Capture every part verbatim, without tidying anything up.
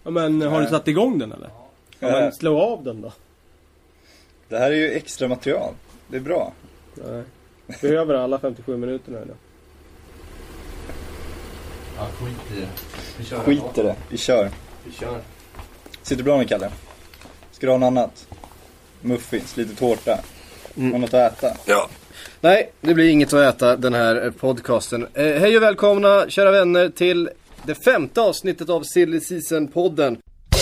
Ja, men har du satt igång den eller? Ja, men slå av den då. Det här är ju extra material. Det är bra. Nej. Behöver alla femtiosju minuterna eller? Ja, skit i det. Vi kör. Skit i det. Vi kör. Vi kör. Sitter bra med Kalle? Ska du ha något annat? Muffins, lite tårta. Mm. Och något att äta? Ja. Nej, det blir inget att äta den här podcasten. Eh, hej och välkomna, kära vänner, till det femte avsnittet av Silly Season-podden.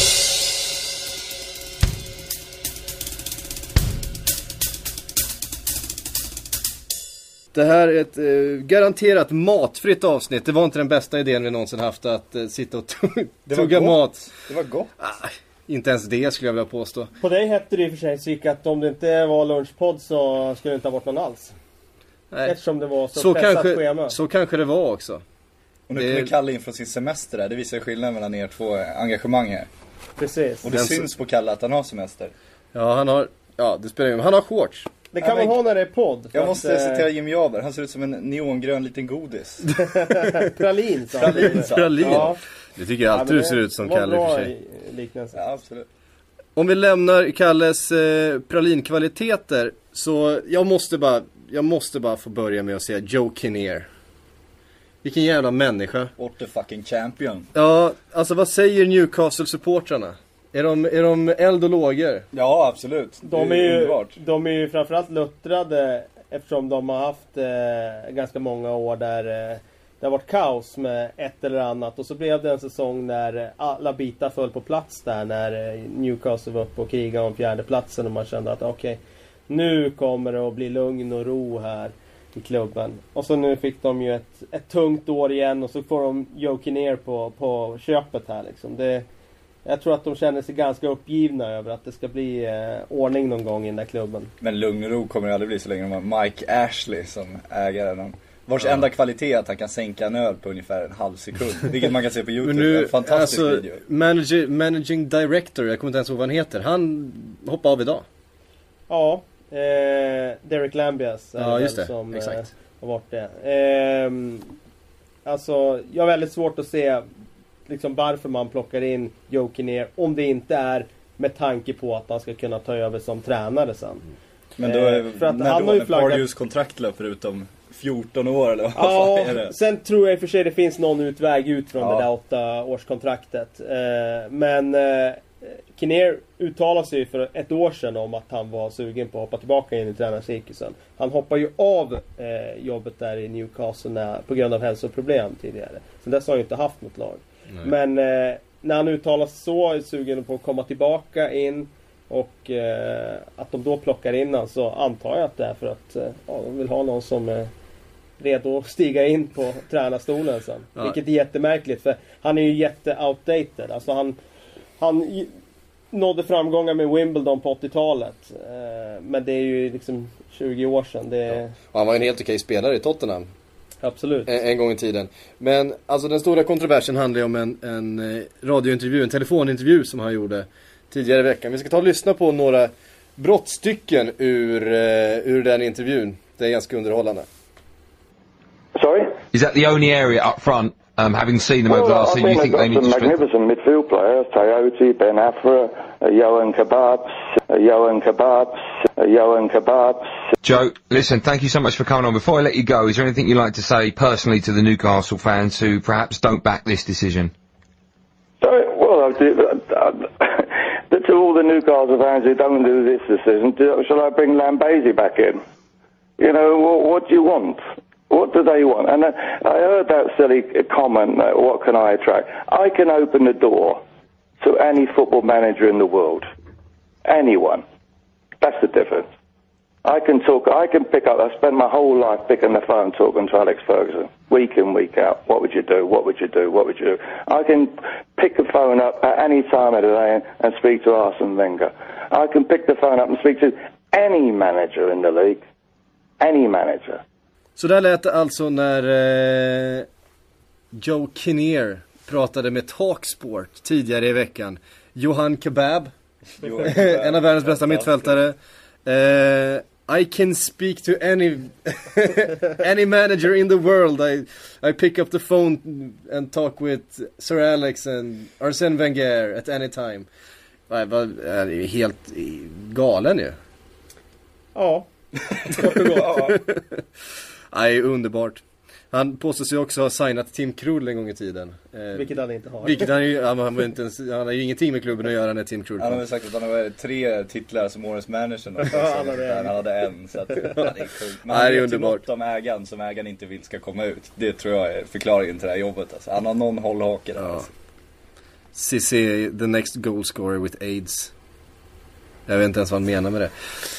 Det här är ett eh, garanterat matfritt avsnitt. Det var inte den bästa idén vi någonsin haft att eh, sitta och tugga det mat. Det var gott. Ah, inte ens det skulle jag vilja påstå. På dig hette det i och för sig Sik att om det inte var lunchpodd så skulle det inte ha varit någon alls. Nej. Eftersom det var så, så pressat kanske, schema. Så kanske det var också. Och nu det... kommer Kalle in från sin semester där. Det visar skillnaden mellan er två engagemang här. Precis. Och det Den syns så... på Kalle att han har semester. Ja, han har... Ja, det spelar ingen. Han har shorts. Det kan man ha när det är podd. Jag måste att, citera Jimmy Jaber. Han ser ut som en neongrön liten godis. Pralin, sa Pralin, sa Pralin. Ja. Det tycker jag alltid ja, du ser ut som Kalle för sig. Liknelse. Ja, absolut. Om vi lämnar Kalles eh, pralinkvaliteter så jag måste bara jag måste bara få börja med att säga Joe Kinnear. Vilken jävla människa. What the fucking champion. Ja, alltså vad säger Newcastle-supportrarna? Är de, är de eld och lågor? Ja, absolut. De är, är ju, de är ju framförallt luttrade eftersom de har haft eh, ganska många år där eh, det har varit kaos med ett eller annat. Och så blev det en säsong när alla bitar föll på plats där. När Newcastle var uppe och krigade om fjärde platsen. Och man kände att okej, okay, nu kommer det att bli lugn och ro här i klubben. Och så nu fick de ju ett, ett tungt år igen. Och så får de Joe Kinnear på, på köpet här liksom. Det, jag tror att de känner sig ganska uppgivna över att det ska bli eh, ordning någon gång i den där klubben. Men lugn och ro kommer det aldrig bli så länge de har Mike Ashley som ägare. Vars ja. enda kvalitet är att han kan sänka en öl på ungefär en halv sekund. Vilket man kan se på YouTube. Nu, en fantastisk alltså, video. Managing, managing director, jag kommer inte ens ihåg vad han heter. Han hoppar av idag. Ja, eh, Derek Lambias är ja, just det. som Exakt. Eh, har varit det. Eh, alltså, jag har väldigt svårt att se liksom varför man plockar in Joe Kinnear om det inte är med tanke på att han ska kunna ta över som tränare sen. Men då är, eh, för att när han då har ju är flaggat... Pardews kontrakt förutom fjorton år eller vad ja, är det? Sen tror jag i och för sig det finns någon utväg ut från ja. det där åtta årskontraktet. Eh, men eh, Kinnear uttalade sig för ett år sedan om att han var sugen på att hoppa tillbaka in i tränarcirkusen. Han hoppar ju av eh, jobbet där i Newcastle när, på grund av hälsoproblem tidigare. Sen dess har han ju inte haft något lag. Nej. Men eh, när han uttalar så är sugen på att komma tillbaka in och eh, att de då plockar in han, så antar jag att det är för att eh, ja, de vill ha någon som är redo att stiga in på tränarstolen sen. Ja. Vilket är jättemärkligt för han är ju jätte-outdated. Alltså han, han nådde framgångar med Wimbledon på åttiotalet. Eh, men det är ju liksom tjugo år sedan. Det är... ja. Han var en helt okej spelare i Tottenham. Absolut. En, en gång i tiden. Men alltså den stora kontroversen handlar ju om en, en radiointervju, en telefonintervju som han gjorde tidigare i veckan. Vi ska ta och lyssna på några brottstycken ur, uh, ur den intervjun. Det är ganska underhållande. Sorry? Is that the only area up front, um, having seen them well, over the last season, you think they need to strengthen? Magnificent midfield players, Toyota, Ben Afra, uh, Johan Kebabs, uh, Johan Kebabs, uh, Johan Kebabs. Joe, listen, thank you so much for coming on. Before I let you go, is there anything you'd like to say personally to the Newcastle fans who perhaps don't back this decision? Sorry, well, to all the Newcastle fans who don't do this decision, shall I bring Lambesi back in? You know, what, what do you want? What do they want? And uh, I heard that silly comment, uh, what can I attract? I can open the door to any football manager in the world. Anyone. That's the difference. I can talk, I can pick up, I spend my whole life picking the phone talking to Alex Ferguson, week in, week out. What would you do? What would you do? What would you do? I can pick the phone up at any time of the day and speak to Arsene Wenger. I can pick the phone up and speak to any manager in the league. Any manager. Så där lät det alltså när eh, Joe Kinnear pratade med Talksport tidigare i veckan. Johan Kebab, en av världens bästa mittfältare. Eh, I can speak to any any manager in the world. I I pick up the phone and talk with Sir Alex and Arsène Wenger at any time. Jag är helt galen ju. Ja. Kort och gott. Nej, underbart. Han påstår sig också ha signat Tim Krul en gång i tiden. Eh, vilket han inte har. Vilket han ju, han, han, inte ens, han har ju ingenting med klubben att göra när Tim Krul. Han har väl sagt att han har tre titlar som årets manager. Ja, han hade en. Han hade en, så att, ja, det är sjukt. Men Nej, han det är vet underbart. ju något om ägaren som ägaren inte vill ska komma ut. Det tror jag är förklaringen till det här jobbet. Alltså. Han har någon hållhake där. Ja. Alltså. Cissé, the next goal scorer with AIDS. Jag vet inte ens vad han menar med det.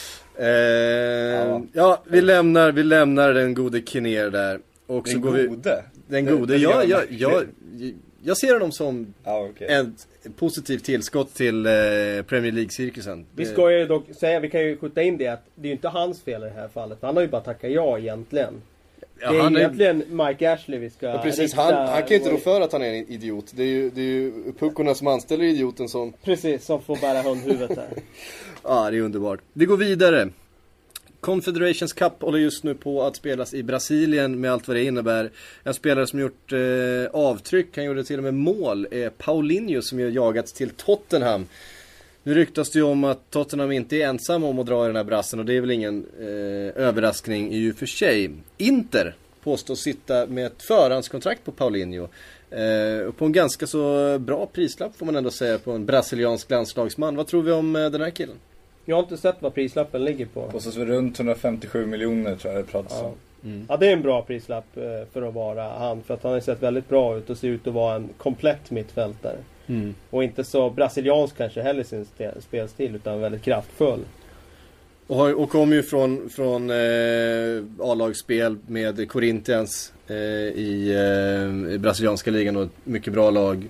Eh, ja. ja, vi lämnar, vi lämnar den gode Kinnear där. Och den så går gode? Vi, den gode? Den ja, jag, jag, jag ser honom som ah, okay. ett positivt tillskott till eh, Premier League-cirkusen. Vi ska ju dock säga, vi kan ju skjuta in det att det är ju inte hans fel i det här fallet. Han har ju bara tackat ja egentligen. Ja, det är han egentligen är... Mike Ashley vi ska ja, precis. Han, han kan inte rå för att han är en idiot. Det är ju, det är ju puckorna som anställer idioten som... Precis, som får bära hundhuvudet här. Ja, det är underbart. Vi går vidare. Confederations Cup håller just nu på att spelas i Brasilien med allt vad det innebär. En spelare som gjort eh, avtryck, han gjorde till och med mål, är Paulinho som ju jagats till Tottenham. Nu ryktas det ju om att Tottenham inte är ensam om att dra i den här brassen och det är väl ingen eh, överraskning i och för sig. Inter påstås sitta med ett förhandskontrakt på Paulinho. Eh, på en ganska så bra prislapp får man ändå säga på en brasiliansk landslagsman. Vad tror vi om eh, den här killen? Jag har inte sett vad prislappen ligger på. Och så runt hundrafemtiosju miljoner tror jag det pratas ja. om. Mm. Ja, det är en bra prislapp för att vara han. För att han har sett väldigt bra ut och ser ut att vara en komplett mittfältare. Mm. Och inte så brasiliansk kanske heller sin spelstil, utan väldigt kraftfull. Och, har, och kommer ju från, från eh, A-lagsspel med Corinthians eh, i, eh, i brasilianska ligan och ett mycket bra lag.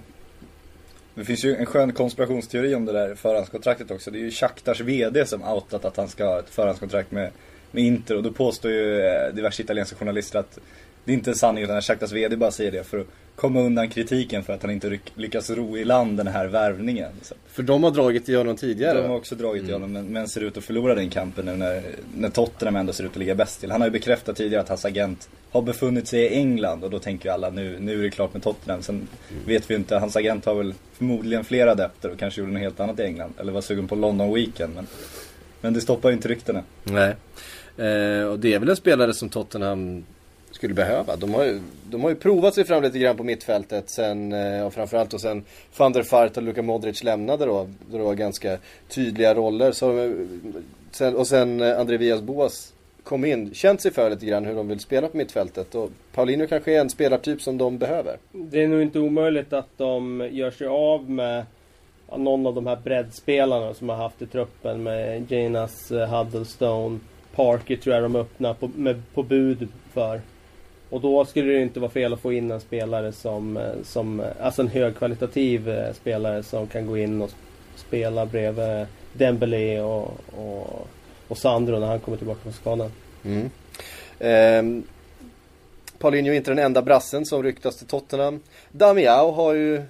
Det finns ju en skön konspirationsteori om det där förhandskontraktet också. Det är ju Shakhtars vd som outat att han ska ha ett förhandskontrakt med, med Inter. Och då påstår ju eh, diverse italienska journalister att det är inte är sanning, utan Shakhtars vd bara säger det för att komma undan kritiken för att han inte ryck, lyckas ro i land den här värvningen. Så. För de har dragit i honom tidigare. De har också dragit mm. i honom, men, men ser ut att förlora den kampen nu när, när Tottenham ändå ser ut att ligga bäst till. Han har ju bekräftat tidigare att hans agent har befunnit sig i England och då tänker ju alla nu, nu är det klart med Tottenham. Sen mm. vet vi inte, hans agent har väl förmodligen flera adepter och kanske gjorde något helt annat i England. Eller var sugen på London Weekend, men, men det stoppar inte ryktena. Nej, eh, och det är väl en spelare som Tottenham skulle behöva. De har ju, de har ju provat sig fram lite grann på mittfältet sen, och framförallt och sen Van der Vaart och Luka Modric lämnade då, då det var ganska tydliga roller. Så, sen, och sen André Villas-Boas kom in, känt sig för lite grann hur de vill spela på mittfältet. Och Paulinho kanske är en spelartyp som de behöver. Det är nog inte omöjligt att de gör sig av med någon av de här breddspelarna som har haft i truppen med Janas Huddlestone, Parker tror jag de öppnar på, med, på bud för. Och då skulle det inte vara fel att få in en spelare som, som alltså en högkvalitativ spelare som kan gå in och spela bredvid Dembélé och, och, och Sandro när han kommer tillbaka från skadan. Mm. Eh, Paulinho är inte den enda brassen som ryktas till Tottenham. Damiao har ju...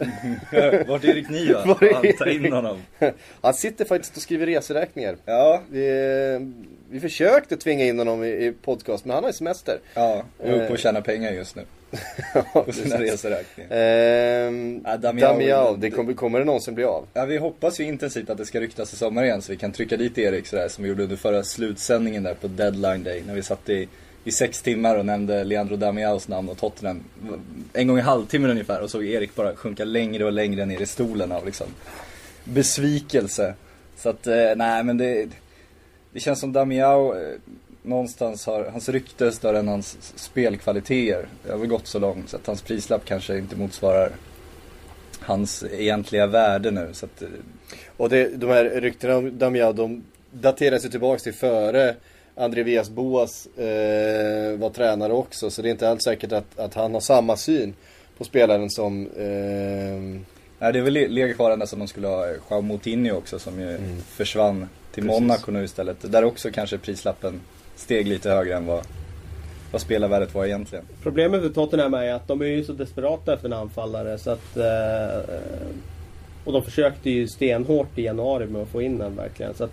Vart är Erik Niva? Han tar in honom. Han sitter faktiskt och skriver reseräkningar. Ja. Vi, vi försökte tvinga in honom i, i podcast, men han har ju semester. Ja, och är uppe och tjäna pengar just nu. På sina reseräkningar. Ehm, ja, Damiao, Damiao, det kommer, kommer det någonsin bli av? Ja, vi hoppas ju intensivt att det ska ryktas i sommar igen, så vi kan trycka dit Erik sådär som vi gjorde under förra slutsändningen där på Deadline Day, när vi satt i i sex timmar och nämnde Leandro Damiaos namn och Tottenham en gång i halvtimmen ungefär, och såg Erik bara sjunka längre och längre ner i stolen av liksom besvikelse. Så att eh, nej, men det det känns som Damiao eh, någonstans har hans rykte större än hans spelkvaliteter. Det har väl gått så långt så att hans prislapp kanske inte motsvarar hans egentliga värde nu, så att, eh. och det, de här ryktena om Damiao, de daterar sig tillbaka till före André Villas-Boas eh, var tränare också, så det är inte alls säkert att, att han har samma syn på spelaren som... Eh... Nej, det är väl lega kvar ända som de skulle ha João Moutinho också, som ju mm. försvann till Precis. Monaco nu istället. Där också kanske prislappen steg lite högre än vad, vad spelarvärdet var egentligen. Problemet för Tottenham är att de är ju så desperata efter en anfallare, så att... Eh, och de försökte ju stenhårt i januari med att få in den verkligen, så att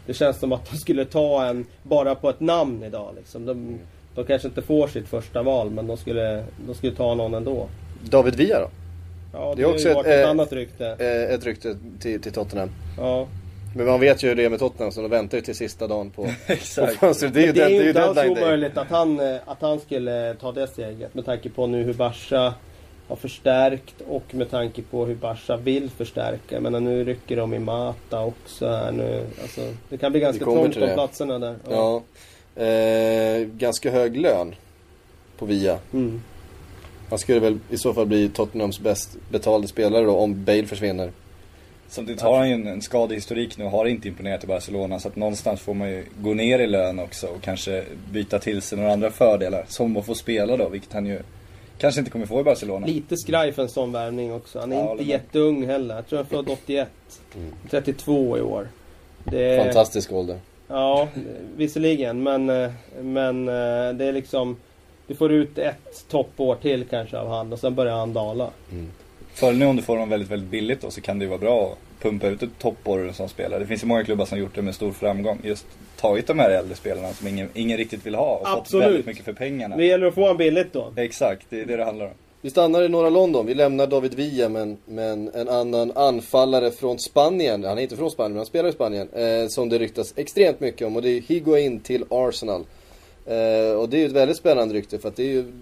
det känns som att de skulle ta en bara på ett namn idag liksom. De, mm. de kanske inte får sitt första val, men de skulle, de skulle ta någon ändå. David Villa då? Ja, det, det är också ett, ett, ett annat rykte. Ett rykte till, till Tottenham. Ja. Men man vet ju hur det är med Tottenham, så de väntar ju till sista dagen på, Exakt. på fönstret. Det är ju, det är det, ju det är inte alls deadline omöjligt att han, att han skulle ta det steget, med tanke på nu hur Barca har förstärkt och med tanke på hur Barca vill förstärka. Men nu rycker de i Mata också här nu. Alltså, det kan bli ganska trångt på platserna där. Ja, ja. Eh, ganska hög lön på Villa. Mm. Han skulle väl i så fall bli Tottenhams bäst betalade spelare då, om Bale försvinner. Samtidigt har han ju en, en skadehistorik nu och har inte imponerat i Barcelona, så att någonstans får man ju gå ner i lön också och kanske byta till sig några andra fördelar, som att få spela då, vilket han ju kanske inte kommer få i Barcelona. Lite skraj för en sån värvning också. Han är ja, inte jätteung heller. Jag tror han är född åttioett. Mm. trettiotvå i år. Det är... Fantastisk ålder. Ja, visserligen. Men, men det är liksom... Du får ut ett toppår till kanske av han och sen börjar han dala. Mm. För nu om du får dem väldigt, väldigt billigt då, så kan det ju vara bra att pumpa ut ett toppår som spelare. Det finns ju många klubbar som gjort det med stor framgång. Just tagit de här äldre spelarna som ingen, ingen riktigt vill ha och Absolut. Fått väldigt mycket för pengarna. Det gäller att få han billigt då. Exakt, det är det det handlar om. Vi stannar i norra London. Vi lämnar David Villa, men, men en annan anfallare från Spanien. Han är inte från Spanien, men han spelar i Spanien. Eh, som det ryktas extremt mycket om. Och det är Higuain till Arsenal. Eh, och det är ju ett väldigt spännande rykte, för att det är ju,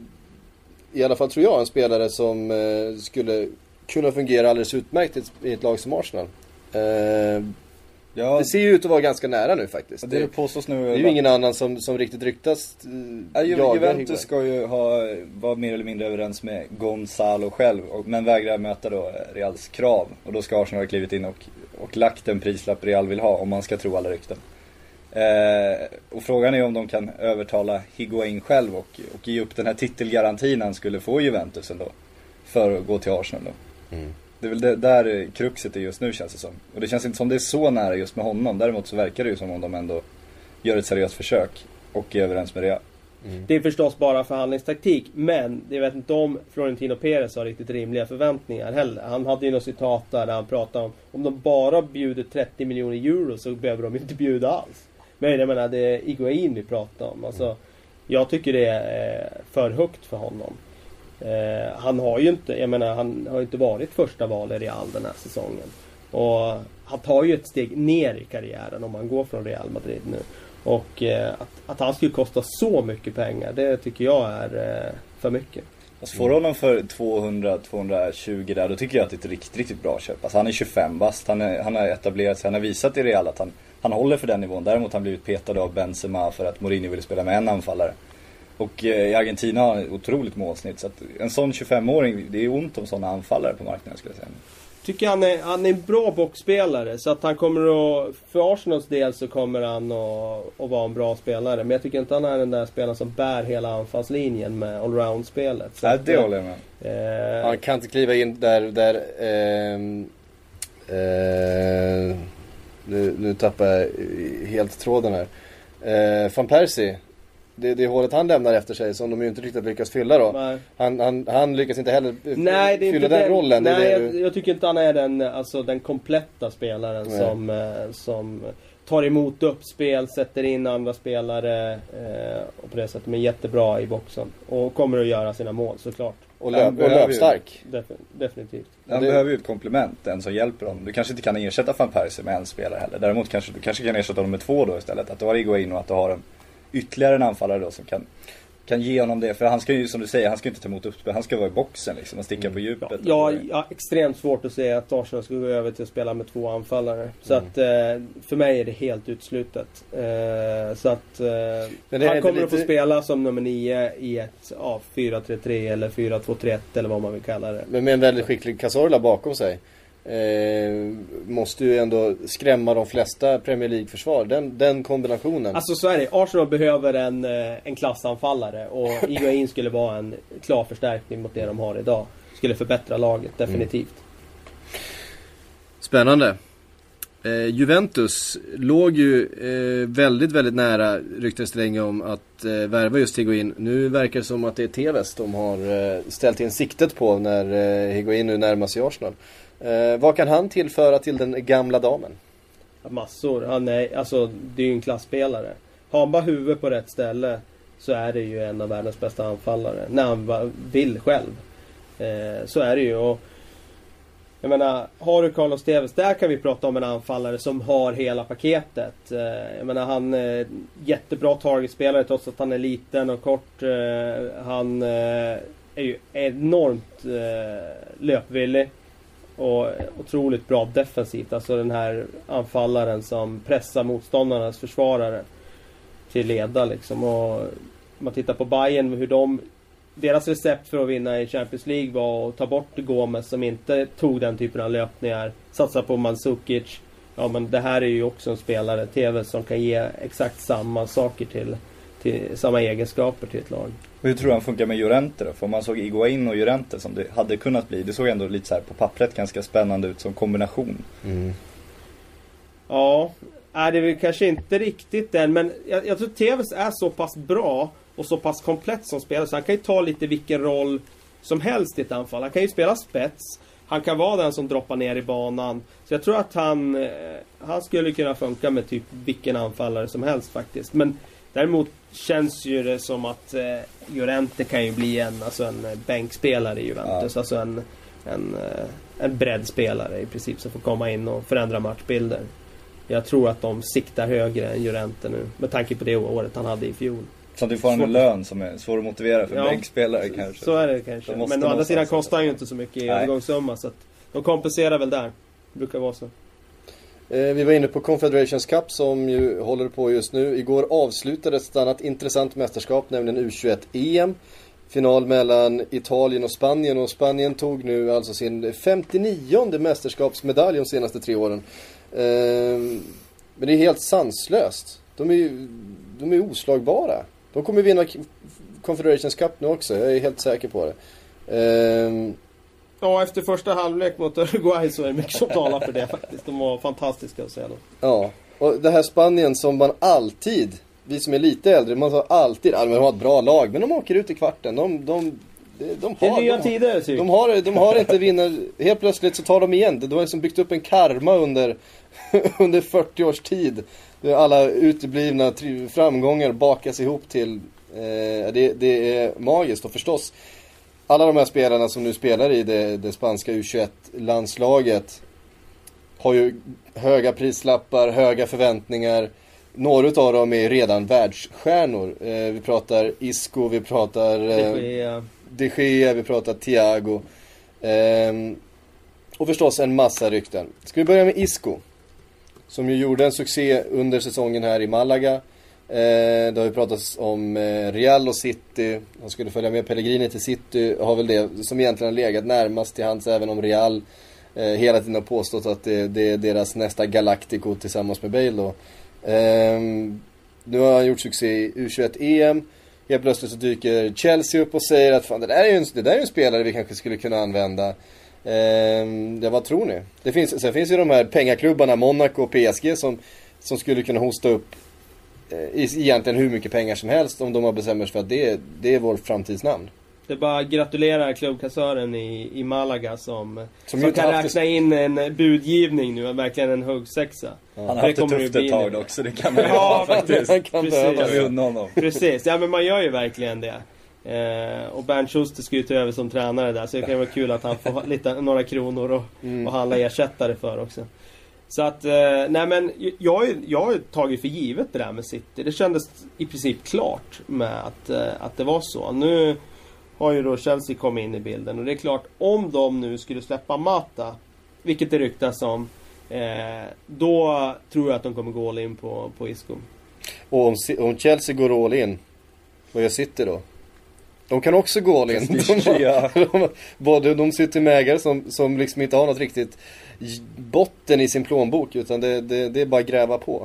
i alla fall tror jag, en spelare som eh, skulle kunna fungera alldeles utmärkt i ett lag som Arsenal. Eh, ja, det ser ju ut att vara ganska nära nu faktiskt. Det, det, påstås nu, det är ju ingen annan som, som riktigt ryktas. Eh, ja, Juventus ska ju ha, vara mer eller mindre överens med Gonzalo själv, och, men vägrar möta då Reals krav. Och då ska Arsenal ha klivit in och, och lagt en prislapp Real vill ha, om man ska tro alla rykten. Eh, och frågan är om de kan övertala Higuain själv och, och ge upp den här titelgarantin han skulle få Juventus ändå, för att gå till Arsenal då. Mm. Det är väl det, där kruxet är just nu, känns det som. Och det känns inte som det är så nära just med honom. Däremot så verkar det ju som om de ändå gör ett seriöst försök och är överens med det. Mm. Det är förstås bara förhandlingstaktik, men jag vet inte om Florentino Perez har riktigt rimliga förväntningar heller. Han hade ju något citat där han pratade om om de bara bjuder trettio miljoner euro så behöver de inte bjuda alls. Men jag menar, det är Higuain vi pratar om. Alltså, mm. jag tycker det är för högt för honom. Eh, han har ju inte, jag menar, han har ju inte varit första val i Real den här säsongen. Och han tar ju ett steg ner i karriären om han går från Real Madrid nu. Och eh, att, att han skulle kosta så mycket pengar, det tycker jag är eh, för mycket. Alltså får honom för tvåhundra till tvåhundratjugo där, då tycker jag att det är ett riktigt, riktigt bra köp. Alltså han är tjugofem bast, han, är, han har etablerat sig, han har visat i Real att han, han håller för den nivån. Däremot har han blivit petad av Benzema för att Mourinho ville spela med en anfallare. Och eh, i Argentina har han ett otroligt målsnitt. Så att en sån tjugofem-åring, det är ont om sådana anfallare på marknaden, skulle jag säga. Tycker han är, han är en bra boxspelare, så att han kommer att, för Arsenals del så kommer han att, att vara en bra spelare. Men jag tycker inte han är den där spelaren som bär hela anfallslinjen med allround-spelet. Nej, det håller jag med. Eh, han kan inte kliva in där, där eh, eh, nu, nu tappar jag helt tråden här. Eh, Van Persie. Det, det hålet han lämnar efter sig, som de ju inte riktigt lyckas fylla då. Han, han, han lyckas inte heller Nej, det är fylla inte den, den rollen. Nej, det är det jag, jag tycker inte han är den, alltså, den kompletta spelaren som, som tar emot uppspel, sätter in andra spelare eh, och på det sättet är jättebra i boxen. Och kommer att göra sina mål, såklart. Och, löp, och löpstark. Def, definitivt. Han det... behöver ju ett komplement, en som hjälper honom. Du kanske inte kan ersätta Van Persie med en spelare heller. Däremot kanske du kanske kan ersätta honom med två då istället. Att du har Higuain och att du har en ytterligare en anfallare då som kan, kan ge honom det. För han ska ju, som du säger, han ska inte ta emot uppspel. Han ska vara i boxen liksom och sticka mm. på djupet. Ja, jag har extremt svårt att se att Arsenal ska gå över till att spela med två anfallare. Så mm. att eh, för mig är det helt utslutet. Eh, så att eh, han kommer lite... att få spela som nummer nio i ett ja, fyra tre tre eller fyra två tre ett eller vad man vill kalla det. Men med en väldigt skicklig Cazorla bakom sig. Eh, måste ju ändå skrämma de flesta Premier League-försvar. Den, den kombinationen. Alltså så är det. Arsenal behöver en, en klassanfallare. Och Higuain skulle vara en klar förstärkning mot det de har idag. Skulle förbättra laget, definitivt. Mm. Spännande. eh, Juventus låg ju eh, väldigt, väldigt nära, ryktades länge om att eh, värva just Higuain. Nu verkar det som att det är Tevez de har eh, ställt in siktet på när eh, Higuain nu närmar sig Arsenal. Eh, vad kan han tillföra till den gamla damen? massor. Han är, alltså, det är ju en klassspelare. Har han bara huvudet på rätt ställe så är det ju en av världens bästa anfallare. När han vill själv. Eh, så är det ju. Och jag menar, har du Carlos Tevez, där kan vi prata om en anfallare som har hela paketet. Eh, jag menar, han är jättebra targetspelare trots att han är liten och kort. Eh, han eh, är ju enormt eh, löpvillig. Och otroligt bra defensivt. Alltså den här anfallaren som pressar motståndarnas försvarare till leda liksom. Och om man tittar på Bayern, hur de, deras recept för att vinna i Champions League var att ta bort Gomes som inte tog den typen av löpningar. Satsa på Mandzukic. Ja, men det här är ju också en spelare, T V, som kan ge exakt samma saker till, till samma egenskaper till ett lag. Hur tror du han funkar med Llorente då? För man såg Higuain och Llorente som det hade kunnat bli. Det såg ändå lite så här på pappret ganska spännande ut som kombination. Mm. Ja, är det väl kanske inte riktigt den, men jag, jag tror Tevez är så pass bra och så pass komplett som spelare så han kan ju ta lite vilken roll som helst i ett anfall. Han kan ju spela spets, han kan vara den som droppar ner i banan. Så jag tror att han han skulle kunna funka med typ vilken anfallare som helst faktiskt. Men däremot känns ju det som att eh, Llorente kan ju bli en, alltså en bänkspelare i Juventus. Ja. Alltså en, en, en breddspelare i princip som får komma in och förändra matchbilder. Jag tror att de siktar högre än Llorente nu med tanke på det året han hade i fjol. Så att du får en lön som är svår att motivera för ja, bänkspelare kanske. Så är det kanske. Men å andra sidan kostar han ju inte så mycket i övergångssumma så att de kompenserar väl där. Det brukar vara så. Eh, vi var inne på Confederations Cup som ju håller på just nu. Igår avslutades ett annat intressant mästerskap, nämligen U tjugoett E M. Final mellan Italien och Spanien. Och Spanien tog nu alltså sin femtionionde mästerskapsmedalj de senaste tre åren. Eh, men det är helt sanslöst. De är ju de är oslagbara. De kommer vinna Confederations Cup nu också. Jag är helt säker på det. Eh, Ja, efter första halvlek mot Uruguay så är det mycket som talar för det faktiskt. De var fantastiska att säga då. Ja, och det här Spanien som man alltid, vi som är lite äldre, man sa alltid, ja, de har ett bra lag, men de åker ut i kvarten. De, de, de, de har, det är nya de, tider, de, de, har, de har inte vinner. Helt plötsligt så tar de igen. De har liksom byggt upp en karma under, under fyrtio års tid. Alla uteblivna framgångar bakas ihop till, eh, det, det är magiskt. Och förstås, alla de här spelarna som nu spelar i det, det spanska U tjugoett-landslaget har ju höga prislappar, höga förväntningar. Några av dem är redan världsstjärnor. Eh, vi pratar Isco, vi pratar eh, De Gea. De Gea, vi pratar Thiago. Eh, och förstås en massa rykten. Ska vi börja med Isco? Som ju gjorde en succé under säsongen här i Malaga. Eh, det har ju pratats om eh, Real och City. Han skulle följa med Pellegrini till City. Har väl det som egentligen har legat närmast till hands, även om Real eh, hela tiden har påstått att det, det är deras nästa Galactico tillsammans med Bale då. Eh, nu har han gjort succé i U tjugoett E M. Helt plötsligt så dyker Chelsea upp och säger att fan, det, där är ju en, det där är ju en spelare vi kanske skulle kunna använda. Eh, ja, vad tror ni? Det finns, sen finns ju de här pengaklubbarna Monaco och P S G som, som skulle kunna hosta upp egentligen hur mycket pengar som helst om de har bestämt sig för att det, det är vår framtidsnamn. Det är bara gratulera klubbkassören i, i Malaga som, som, som kan räkna haft... in en budgivning nu, verkligen en högsexa. Ja. Han har haft ett tufft ett tag också, det kan man ja, faktiskt. Kan precis. Vi unna honom. Precis, ja men man gör ju verkligen det. Eh, och Bernd Schuster ska ju ta över som tränare där, så det kan vara kul att han får lite, några kronor och, mm. och handla ersättare för också. Så att, eh, nej men jag, jag har tagit för givet det där med City. Det kändes i princip klart med att, eh, att det var så. Nu har ju då Chelsea kommit in i bilden. Och det är klart, om de nu skulle släppa Mata, vilket det ryktas om, eh, då tror jag att de kommer gå all in på, på Isco. Och om, om Chelsea går all in, vad gör City då? De kan också gå all in. De, ja. de, både de sitter med ägare som, som liksom inte har något riktigt botten i sin plånbok, utan det, det, det är bara att gräva på.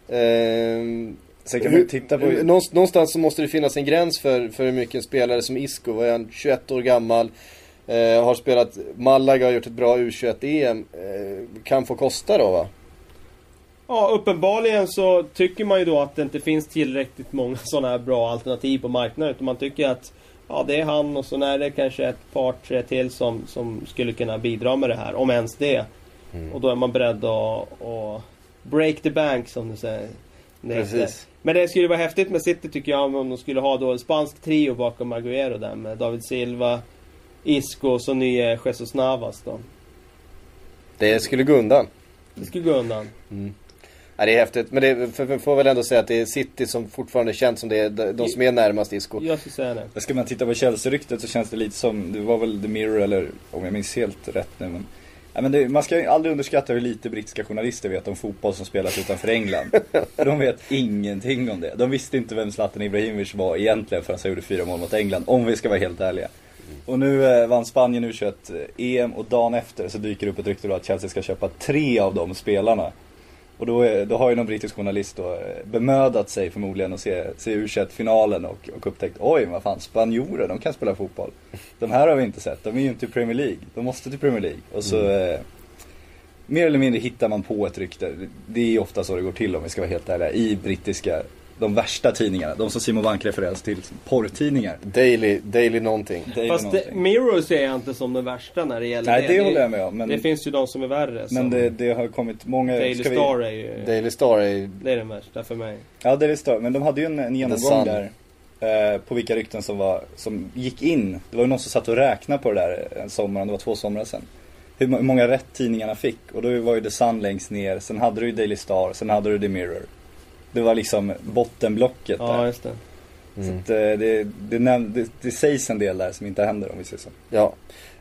Ehm, Så kan vi titta på... Någonstans så måste det finnas en gräns för, för hur mycket en spelare som Isco, var han tjugoett år gammal, eh, har spelat Malaga, har gjort ett bra U tjugoett E M, eh, kan få kosta då, va? Ja, uppenbarligen så tycker man ju då att det inte finns tillräckligt många sådana här bra alternativ på marknaden, utan man tycker att ja, det är han och så är det kanske ett par, tre till som, som skulle kunna bidra med det här, om ens det. Mm. Och då är man beredd att, att break the bank som du säger. Det Precis. Men det skulle vara häftigt med City tycker jag om de skulle ha då en spansk trio bakom Agüero där med David Silva, Isco och så nya Jesus Navas då. Det skulle gå undan. Det skulle gå undan. Mm. Ja, det är häftigt. Men det för, för, får väl ändå säga att det är City som fortfarande känns som det är de, de som är närmast Isco. Jag skulle säga det. Ska man titta på Chelsea-ryktet så känns det lite som, det var väl The Mirror eller om jag minns helt rätt nu. Men, ja, men det, man ska aldrig underskatta hur lite brittiska journalister vet om fotboll som spelas utanför England. De vet ingenting om det. De visste inte vem Zlatan Ibrahimovic var egentligen förrän han gjorde fyra mål mot England. Om vi ska vara helt ärliga. Och nu eh, vann Spanien U tjugoett E M och dagen efter så dyker upp ett rykte då att Chelsea ska köpa tre av de spelarna. Och då, är, då har ju någon brittisk journalist då bemödat sig förmodligen att se, se U tjugoett-finalen och, och upptäckt, oj vad fan, spanjorer, de kan spela fotboll. De här har vi inte sett, de är ju inte i Premier League, de måste till Premier League. Och så mm. eh, mer eller mindre hittar man på ett rykte. Det är ju ofta så det går till om vi ska vara helt ärliga, i brittiska, de värsta tidningarna, de som Simon Bank refereras till, porrtidningar. Daily, daily någonting. Daily Fast någonting. Det, Mirror ser jag inte som den värsta när det gäller. Nej, det, det håller jag med om. Men det finns ju de som är värre. Men det, det har kommit många... Daily Star vi... är ju... Daily Star är... Det är den värsta för mig. Ja, Daily Star. Men de hade ju en, en genomgång där eh, på vilka rykten som var som gick in. Det var ju någon som satt och räknade på det där en sommar, det var två somrar sedan. Hur många rätt tidningarna fick. Och då var ju The Sun längst ner. Sen hade du ju Daily Star. Sen hade du The Mirror. Det var liksom bottenblocket där. Ja, just det. Mm. Så att, det, det, det, det, det sägs en del där som inte händer om vi säger så. Ja.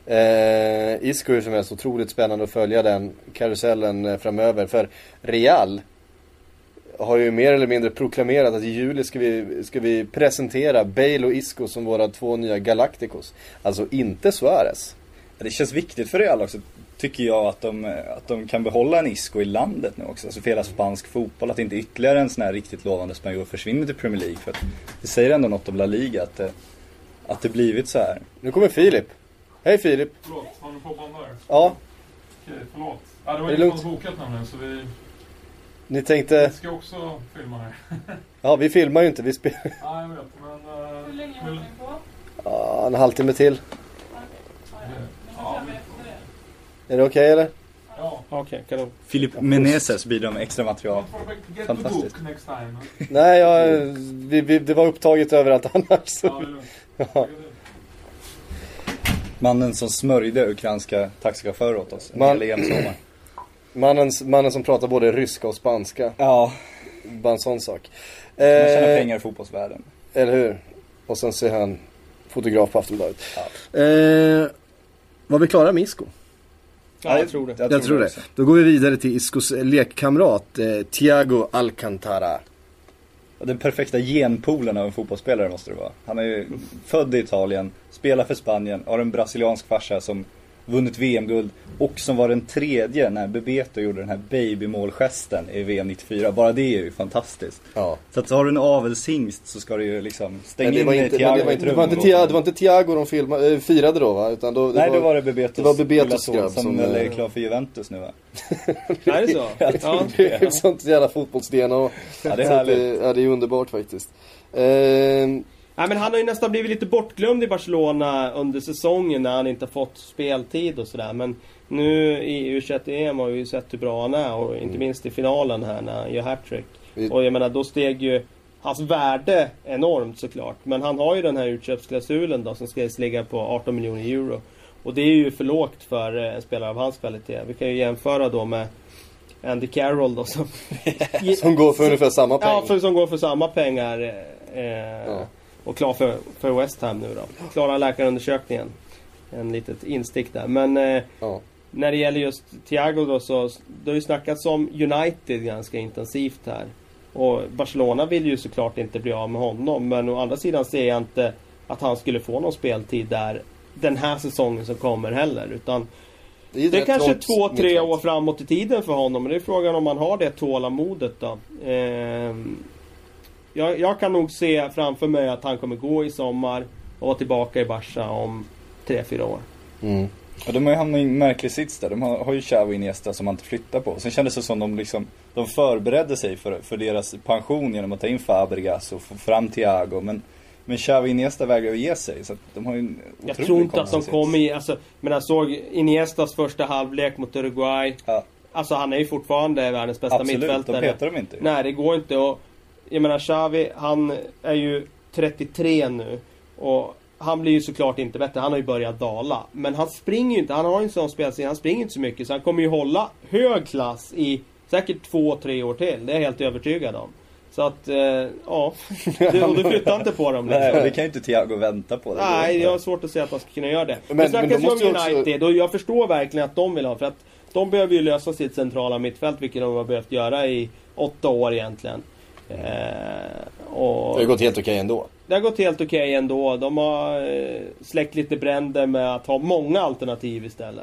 Eh, Isco är som är så otroligt spännande att följa den karusellen framöver. För Real har ju mer eller mindre proklamerat att i juli ska vi, ska vi presentera Bale och Isco som våra två nya Galacticos. Alltså inte Suarez. Det känns viktigt för Real också, tycker jag, att de, att de kan behålla en Isco i landet nu också. Alltså för hela spansk fotboll, att inte ytterligare en sån här riktigt lovande spanjor försvinner till Premier League. För att det säger ändå något om La Liga, att det, att det blivit så här. Nu kommer Filip. Hej Filip. Förlåt, har du på bandar? Ja. Okej, förlåt. Ja, det var det ingen som bokat nämligen, så vi... Ni tänkte... Vi ska också filma här. Ja, vi filmar ju inte, vi spelar... Ja, jag vet, men... Uh, Hur länge har ni på? Ja, en halvtimme till. Ja, är det okej okay, eller? Ja. Okej, kan du... Filip Meneses bidrar med extra material. Fantastiskt. Nej, jag, vi, vi, det var upptaget överallt annars. Så. Ja. Mannen som smörjde ukrainska taxichaufförer åt oss. Man, mannen, mannen som pratar både ryska och spanska. Ja. Bara en sån sak. Man tjänar pengar i fotbollsvärlden. Eller hur? Och sen ser han fotograf på Aftonbladet. Ja. Eh, var vi klara med Isco? Ja, jag tror det. Jag, jag tror det. det. Då går vi vidare till Iscos lekkamrat, eh, Thiago Alcantara. Den perfekta genpoolen av en fotbollsspelare måste det vara. Han är ju född i Italien, spelar för Spanien, har en brasiliansk farsa som vunnit V M-guld och som var den tredje när Bebeto gjorde den här babymålgesten i V M nittiofyra. Bara det är ju fantastiskt. Ja. Så att så har du en avelshingst så ska du ju liksom stänga in in Thiago det var, i ett rum. Det var, inte Thiago, det var inte Thiago de filmade, äh, firade då va? Utan då, det Nej, var, då var det Bebetos, det var Bebetos som, som väl är klar för Juventus nu va? Är det så? Ja, det är sånt jävla fotbolls-D N A. Ja, det är härligt. Ja, det är underbart faktiskt. Ehm... Nej, men han har ju nästan blivit lite bortglömd i Barcelona under säsongen när han inte har fått speltid och sådär. Men nu i U tjugoett-E M har vi ju sett hur bra han är. Och inte minst i finalen här när han gör hattrick. Mm. Och jag menar, då steg ju hans värde enormt såklart. Men han har ju den här utköpsklausulen då som ska ligga på arton miljoner euro. Och det är ju för lågt för en spelare av hans kvalitet. Vi kan ju jämföra då med Andy Carroll då som... som går för ungefär samma pengar. Ja, för, som går för samma pengar. Eh, ja. Och klar för, för West Ham nu då. Klara läkarundersökningen. En litet instick där. Men eh, ja. När det gäller just Thiago då så det har ju snackats om United ganska intensivt här. Och Barcelona vill ju såklart inte bli av med honom. Men å andra sidan ser jag inte att han skulle få någon speltid där den här säsongen som kommer heller. Utan det är, det är kanske två, tre år framåt i tiden för honom. Men det är frågan om man har det tålamodet då. Eh, Jag, jag kan nog se framför mig att han kommer gå i sommar och vara tillbaka i Barca om tre, fyra år. Mm. Ja, de har ju hamnat i en märklig sits där. De har, har ju Xavi och Iniesta som man inte flyttar på. Sen kändes det som de liksom, de förberedde sig för, för deras pension genom att ta in Fabregas och få fram Thiago. Men, men Xavi och Iniesta vägrar ge sig. Så att de har ju en jag tror inte att de kommer i... Alltså, men jag såg Iniestas första halvlek mot Uruguay. Ja. Alltså han är ju fortfarande världens bästa Absolut, mittfältare. Absolut, de petar de inte. Nej, det går inte. Och jag menar, Xavi, han är ju trettiotre nu. Och han blir ju såklart inte bättre. Han har ju börjat dala. Men han springer ju inte. Han har ju en sån spelstil. Han springer inte så mycket. Så han kommer ju hålla hög klass i säkert två, tre år till. Det är jag helt övertygad om. Så att, eh, ja. Du, och du flyttar inte på dem. Liksom. Nej, och det kan ju inte Thiago vänta på. Det Nej, jag har svårt att säga att man ska kunna göra det. Men, Men- men men då snackas ju om måste ju United. Och jag förstår verkligen att de vill ha. För att de behöver ju lösa sitt centrala mittfält. Vilket de har behövt göra i åtta år egentligen. Eh, och Det har gått helt okej ändå. det har gått helt okej ändå. De har eh, släckt lite bränder med att ha många alternativ istället.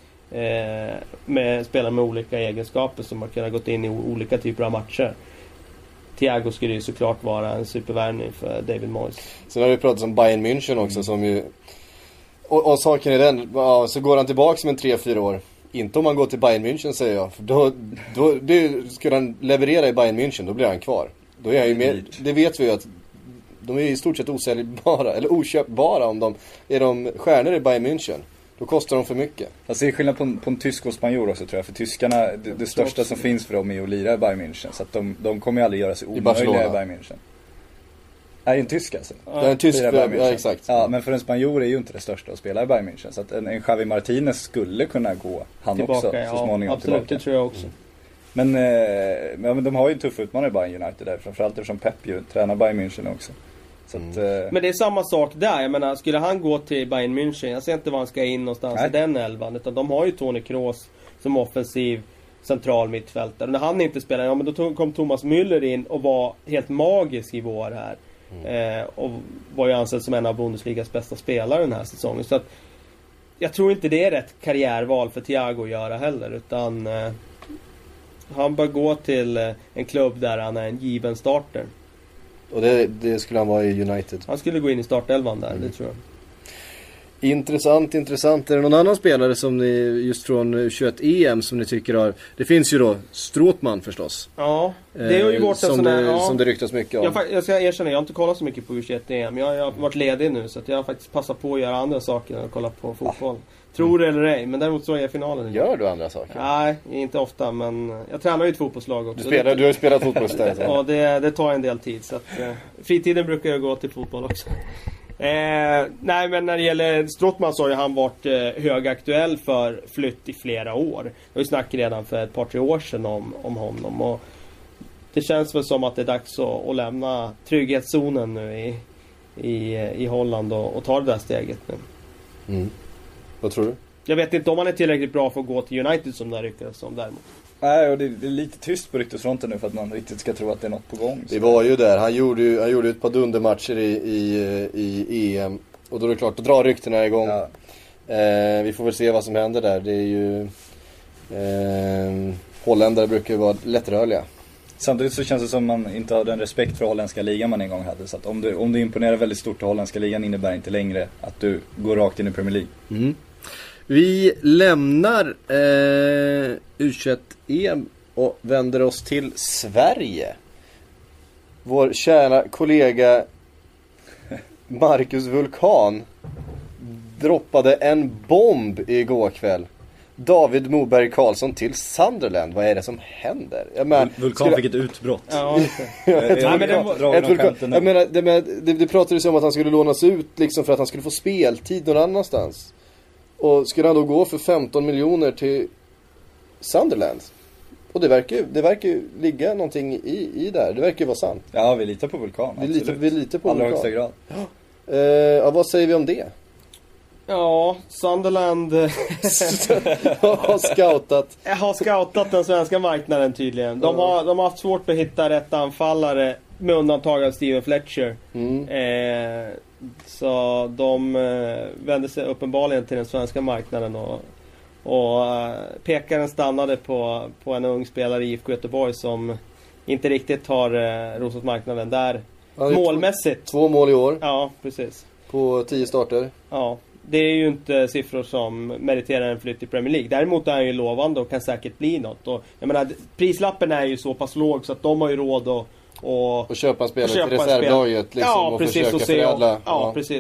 Eh, med spelare med olika egenskaper som har kunnat gått in i o- olika typer av matcher. Thiago skulle ju såklart vara en supervärvning för David Moyes. Sen har vi pratat om Bayern München också som ju... Och, och saken är den, ja, så går han tillbaka som en tre fyra år. Inte om han går till Bayern München säger jag. För då, då det, skulle han leverera i Bayern München, då blir han kvar. Då är han ju mer, det vet vi ju att de är i stort sett osäljbara, eller oköpbara om de är de stjärnor i Bayern München. Då kostar de för mycket. Alltså det är skillnad på en, på en tysk och spanjor också tror jag. För tyskarna, det, det största som finns för dem är att lira i Bayern München. Så att de, de kommer ju aldrig göra sig omöjliga Barcelona. i Bayern München. Är det en tysk alltså? Det är en tysk, Lira i Bayern ja München. exakt. Ja, men för en spanjor är ju inte det största att spela i Bayern München. Så att en, en Xavi Martinez skulle kunna gå han Tillbaka, också så ja, småningom absolut, tillbaka. det tror jag också. Men, eh, ja, men de har ju en tuff utmanare i Bayern United där. Framförallt eftersom Pep ju tränar Bayern München också. Så att, eh, Men det är samma sak där. Jag menar, skulle han gå till Bayern München, jag ser inte var han ska in någonstans Nej. i den elvan. Utan de har ju Toni Kroos som offensiv central mittfältare. Och när han inte spelar, ja men då tog- kom Thomas Müller in och var helt magisk i vår här. Eh, och var ju ansedd som en av Bundesligas bästa spelare den här säsongen. Så att jag tror inte det är rätt karriärval för Thiago att göra heller. Utan eh, han bör gå till eh, en klubb där han är en given starter. Och det, det skulle han vara i United. Han skulle gå in i startelvan där, det tror jag. Intressant, intressant. Är det någon annan spelare som ni, just från U tjugoett E M som ni tycker har... Det finns ju då Strootman förstås. Ja, det har ju Eh, varit en som, sån här... det, Ja. som det ryktas mycket om. Jag, fa- jag ska erkänna, jag har inte kollat så mycket på U tjugoett E M. Jag, jag har varit ledig nu så att jag har faktiskt passat på att göra andra saker än att kolla på fotboll. Tror det eller ej, men däremot så är jag finalen nu. Gör du andra saker? Nej, inte ofta, men jag tränar ju ett fotbollslag också. Du, spelar, du har ju spelat fotboll istället. Ja, det, det tar en del tid. Så att, eh, fritiden brukar jag gå till fotboll också. Eh, nej, men när det gäller Strootman så har ju han varit eh, högaktuell för flytt i flera år. Det var ju snack redan för ett par tre år sedan om, om honom. Och det känns väl som att det är dags att, att lämna trygghetszonen nu i, i, i Holland och, och ta det där steget nu. Mm. Vad tror du? Jag vet inte om han är tillräckligt bra för att gå till United som det ryktades om däremot. nej, och det, det är lite tyst på ryktesfronten nu för att man riktigt ska tro att det är något på gång. Så. Det var ju där. Han gjorde ju han gjorde ett par dundermatcher i, i, i E M. Och då är det klart, då drar ryktena igång. Ja. Eh, vi får väl se vad som händer där. Det är ju... Eh, holländare brukar ju vara lättrörliga. Samtidigt så känns det som man inte har den respekt för holländska ligan man en gång hade. Så att om du, om du imponerar väldigt stort i holländska ligan innebär inte längre att du går rakt in i Premier League. Mm. Vi lämnar eh, U tjugoett E M och vänder oss till Sverige. Vår kära kollega Marcus Vulkan droppade en bomb igår kväll. David Moberg Karlsson till Sunderland. Vad är det som händer? Jag menar, Vulkan skulle- fick ett utbrott. Ja, Jag, Nej, men det jag, var- drar Ett de vulkan, skämten nu. jag menar, det, med, det, det pratades ju om att han skulle lånas ut liksom för att han skulle få speltid någon annanstans. Och skulle han då gå för femton miljoner till Sunderland? Och det verkar ju det verkar ju ligga någonting i, i där. Det verkar ju vara sant. Ja, vi litar på Vulkan. Vi litar, absolut. vi litar på Allra Vulkan. högsta grad. Eh, ja, vad säger vi om det? ja Sunderland eh, Har scoutat. har scoutat den svenska marknaden tydligen. De har, de har haft svårt att hitta rätt anfallare med undantag av Steven Fletcher. Mm. Eh, så de eh, vände sig uppenbarligen till den svenska marknaden och, och eh, pekaren stannade på, på en ung spelare i I F K Göteborg som inte riktigt har eh, rosat marknaden där. Han har gjort Målmässigt. Två mål i år Ja, precis. på tio starter. Ja, det är ju inte siffror som meriterar en flytt i Premier League. Däremot är han ju lovande och kan säkert bli något. Och jag menar, prislappen är ju så pass låg så att de har ju råd att och, Och köpa en spelare köpa till en reservlaget liksom, ja, och precis, försöka och se, förädla. ja, ja, precis.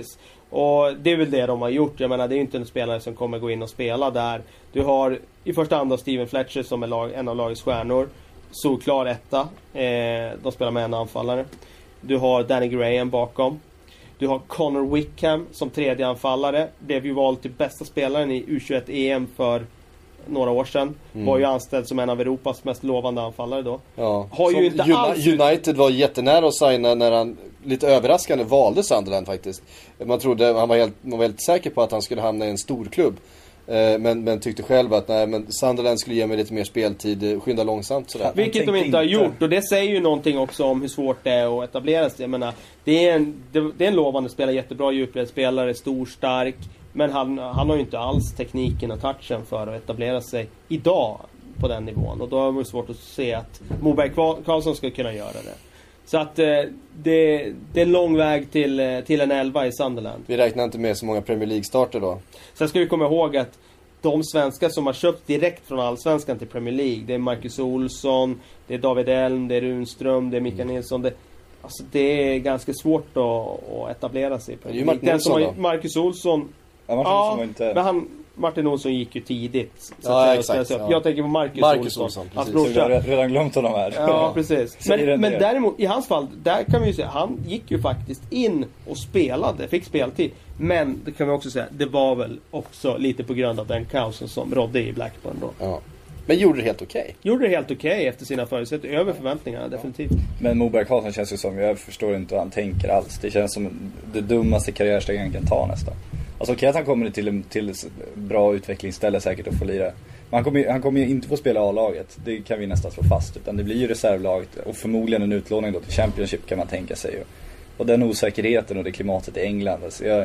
Och det är väl det de har gjort. Jag menar, det är ju inte en spelare som kommer gå in och spela där. Du har i första hand då Steven Fletcher som är lag, en av lagets stjärnor. Solklar etta. Eh, de spelar med en anfallare. Du har Danny Graham bakom. Du har Connor Wickham som tredje anfallare. Blev ju vald till bästa spelaren i U tjugoett E M för några år sedan. Mm. Var ju anställd som en av Europas mest lovande anfallare då. Ja. Har ju inte Uni- alls... United var jättenära att signa när han lite överraskande valde Sunderland faktiskt. Man trodde, han var helt, man var helt säker på att han skulle hamna i en stor klubb. Eh, men, men tyckte själv att nej, men Sunderland skulle ge mig lite mer speltid, skynda långsamt sådär. Vilket de inte har gjort, och det säger ju någonting också om hur svårt det är att etablera sig. Jag menar, det är en, det, det är en lovande spelare, jättebra djupledsspelare, stor, stark. Men han, han har ju inte alls tekniken och touchen för att etablera sig idag på den nivån. Och då är det svårt att se att Moberg Karlsson ska kunna göra det. Så att eh, det, det är en lång väg till, till en elva i Sunderland. Vi räknar inte med så många Premier League-starter då. Sen ska vi komma ihåg att de svenskar som har köpt direkt från Allsvenskan till Premier League, det är Marcus Olsson, det är David Elm, det är Runström, det är Mikael mm. Nilsson. Det, alltså det är ganska svårt att, att etablera sig. Det är ju Martin Olsson då. Marcus Olsson. Ja, Martin ja Olsson var inte... men han, Martin Olsson gick ju tidigt. Så ja, att exakt. säga. Ja. Jag tänker på Marcus, Marcus Olsson. Olsson Hans Så vi har brorsa. redan glömt honom här. Ja, precis. Men, men däremot, i hans fall, där kan vi ju säga, han gick ju faktiskt in och spelade, fick speltid. Men det kan vi också säga, det var väl också lite på grund av den kaosen som rådde i Blackburn då. Ja. Men gjorde det helt okej. Okay. Gjorde det helt okej okay efter sina förutsättningar, över förväntningarna, definitivt. Men Moberg Karlsson känns ju som, jag förstår inte hur han tänker alls. Det känns som det dummaste karriärstegen han kan ta nästan. Alltså okej att han kommer till, till bra utvecklingsställe säkert att få lira. Men han kommer, han kommer ju inte få spela A-laget. Det kan vi nästan slå fast. Utan det blir ju reservlaget. Och förmodligen en utlåning då till Championship kan man tänka sig. Och den osäkerheten och det klimatet i England. Alltså jag,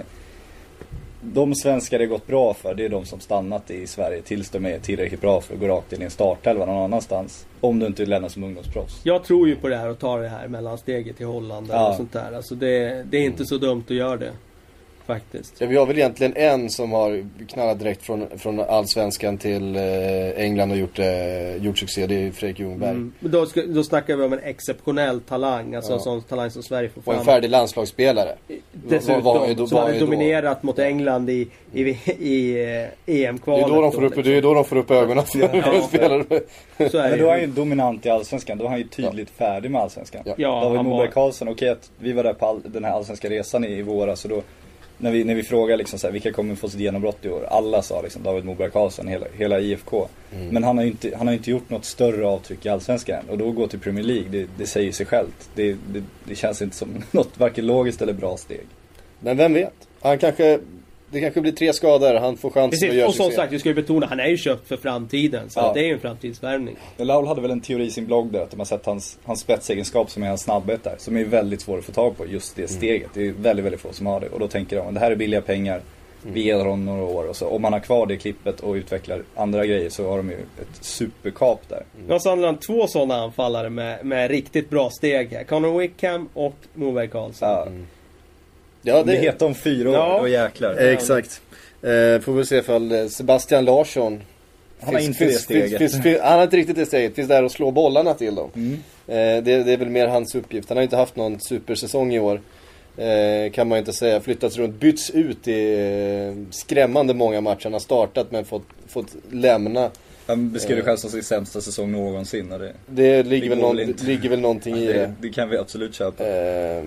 de svenskar det gått bra för, det är de som stannat i Sverige tills de är tillräckligt bra för att gå rakt in i en startelva någon annanstans. Om du inte lämnar som ungdomsproffs. Jag tror ju på det här och tar det här mellansteget till Holland ja. och sånt där. Alltså det, det är inte så dumt att göra det. Faktiskt. Ja, vi har väl egentligen en som har knallat direkt från, från Allsvenskan till eh, England och gjort, eh, gjort succé. Det är Fredrik Ljungberg. Mm. Då, ska, då snackar vi om en exceptionell talang. Alltså ja. en sån talang som Sverige får fram. Och en färdig landslagsspelare. Dessutom, var, var, då, som hade dominerat då? mot England i, i, i E M-kvalet. Det är då de får upp, det är då de får upp ögonen för ja, spelare. Så är men då är han ju dominant i Allsvenskan. Då är han ju tydligt ja. färdig med Allsvenskan. Ja. Ja, David Moberg var... Karlsson, okej att vi var där på all, den här allsvenska resan i, i våras. Så då När vi, när vi frågar liksom så här, vilka kommer få sitt genombrott i år? Alla sa liksom David Moberg Karlsson, hela, hela I F K. Mm. Men han har ju inte, han har inte gjort något större avtryck i Allsvenskan än. Och då gå till Premier League, det, det säger sig självt. Det, det, det känns inte som något varken logiskt eller bra steg. Men vem vet? Han kanske, det kanske blir tre skador, han får chansen Precis, att göra och som succé. sagt, vi ska ju betona, han är ju köpt för framtiden. Så ja. det är ju en framtidsvärvning. Laul hade väl en teori i sin blogg där, att de har sett hans, hans spetsegenskap som är hans snabbhet där. Som är väldigt svår att få tag på, just det steget. Mm. Det är väldigt, väldigt få som har det. Och då tänker de, det här är billiga pengar. Vi ger dem några år. Och så, om man har kvar det klippet och utvecklar andra grejer så har de ju ett superkap där. Mm. Jag har Sunderland två sådana anfallare med, med riktigt bra steg här. Connor Wickham och Moberg Karlsson. Ja. Mm. Ja, det, det heter om fyra år, ja. Då jäklar. Exakt. Eh, får vi se ifall Sebastian Larsson han har finns, inte finns, det steget. Finns, finns, finns, han har inte riktigt det steget. Finns där och slå bollarna till dem. Mm. Eh, det, det är väl mer hans uppgift. Han har inte haft någon supersäsong i år. Eh, kan man inte säga. Flyttats runt, bytts ut i eh, skrämmande många matcher. Han har startat men fått, fått lämna. Han beskriver eh, själv som sin sämsta säsong någonsin. Och det, det, ligger, det, väl någon, det ligger väl någonting i det, det. Det kan vi absolut köpa. Eh,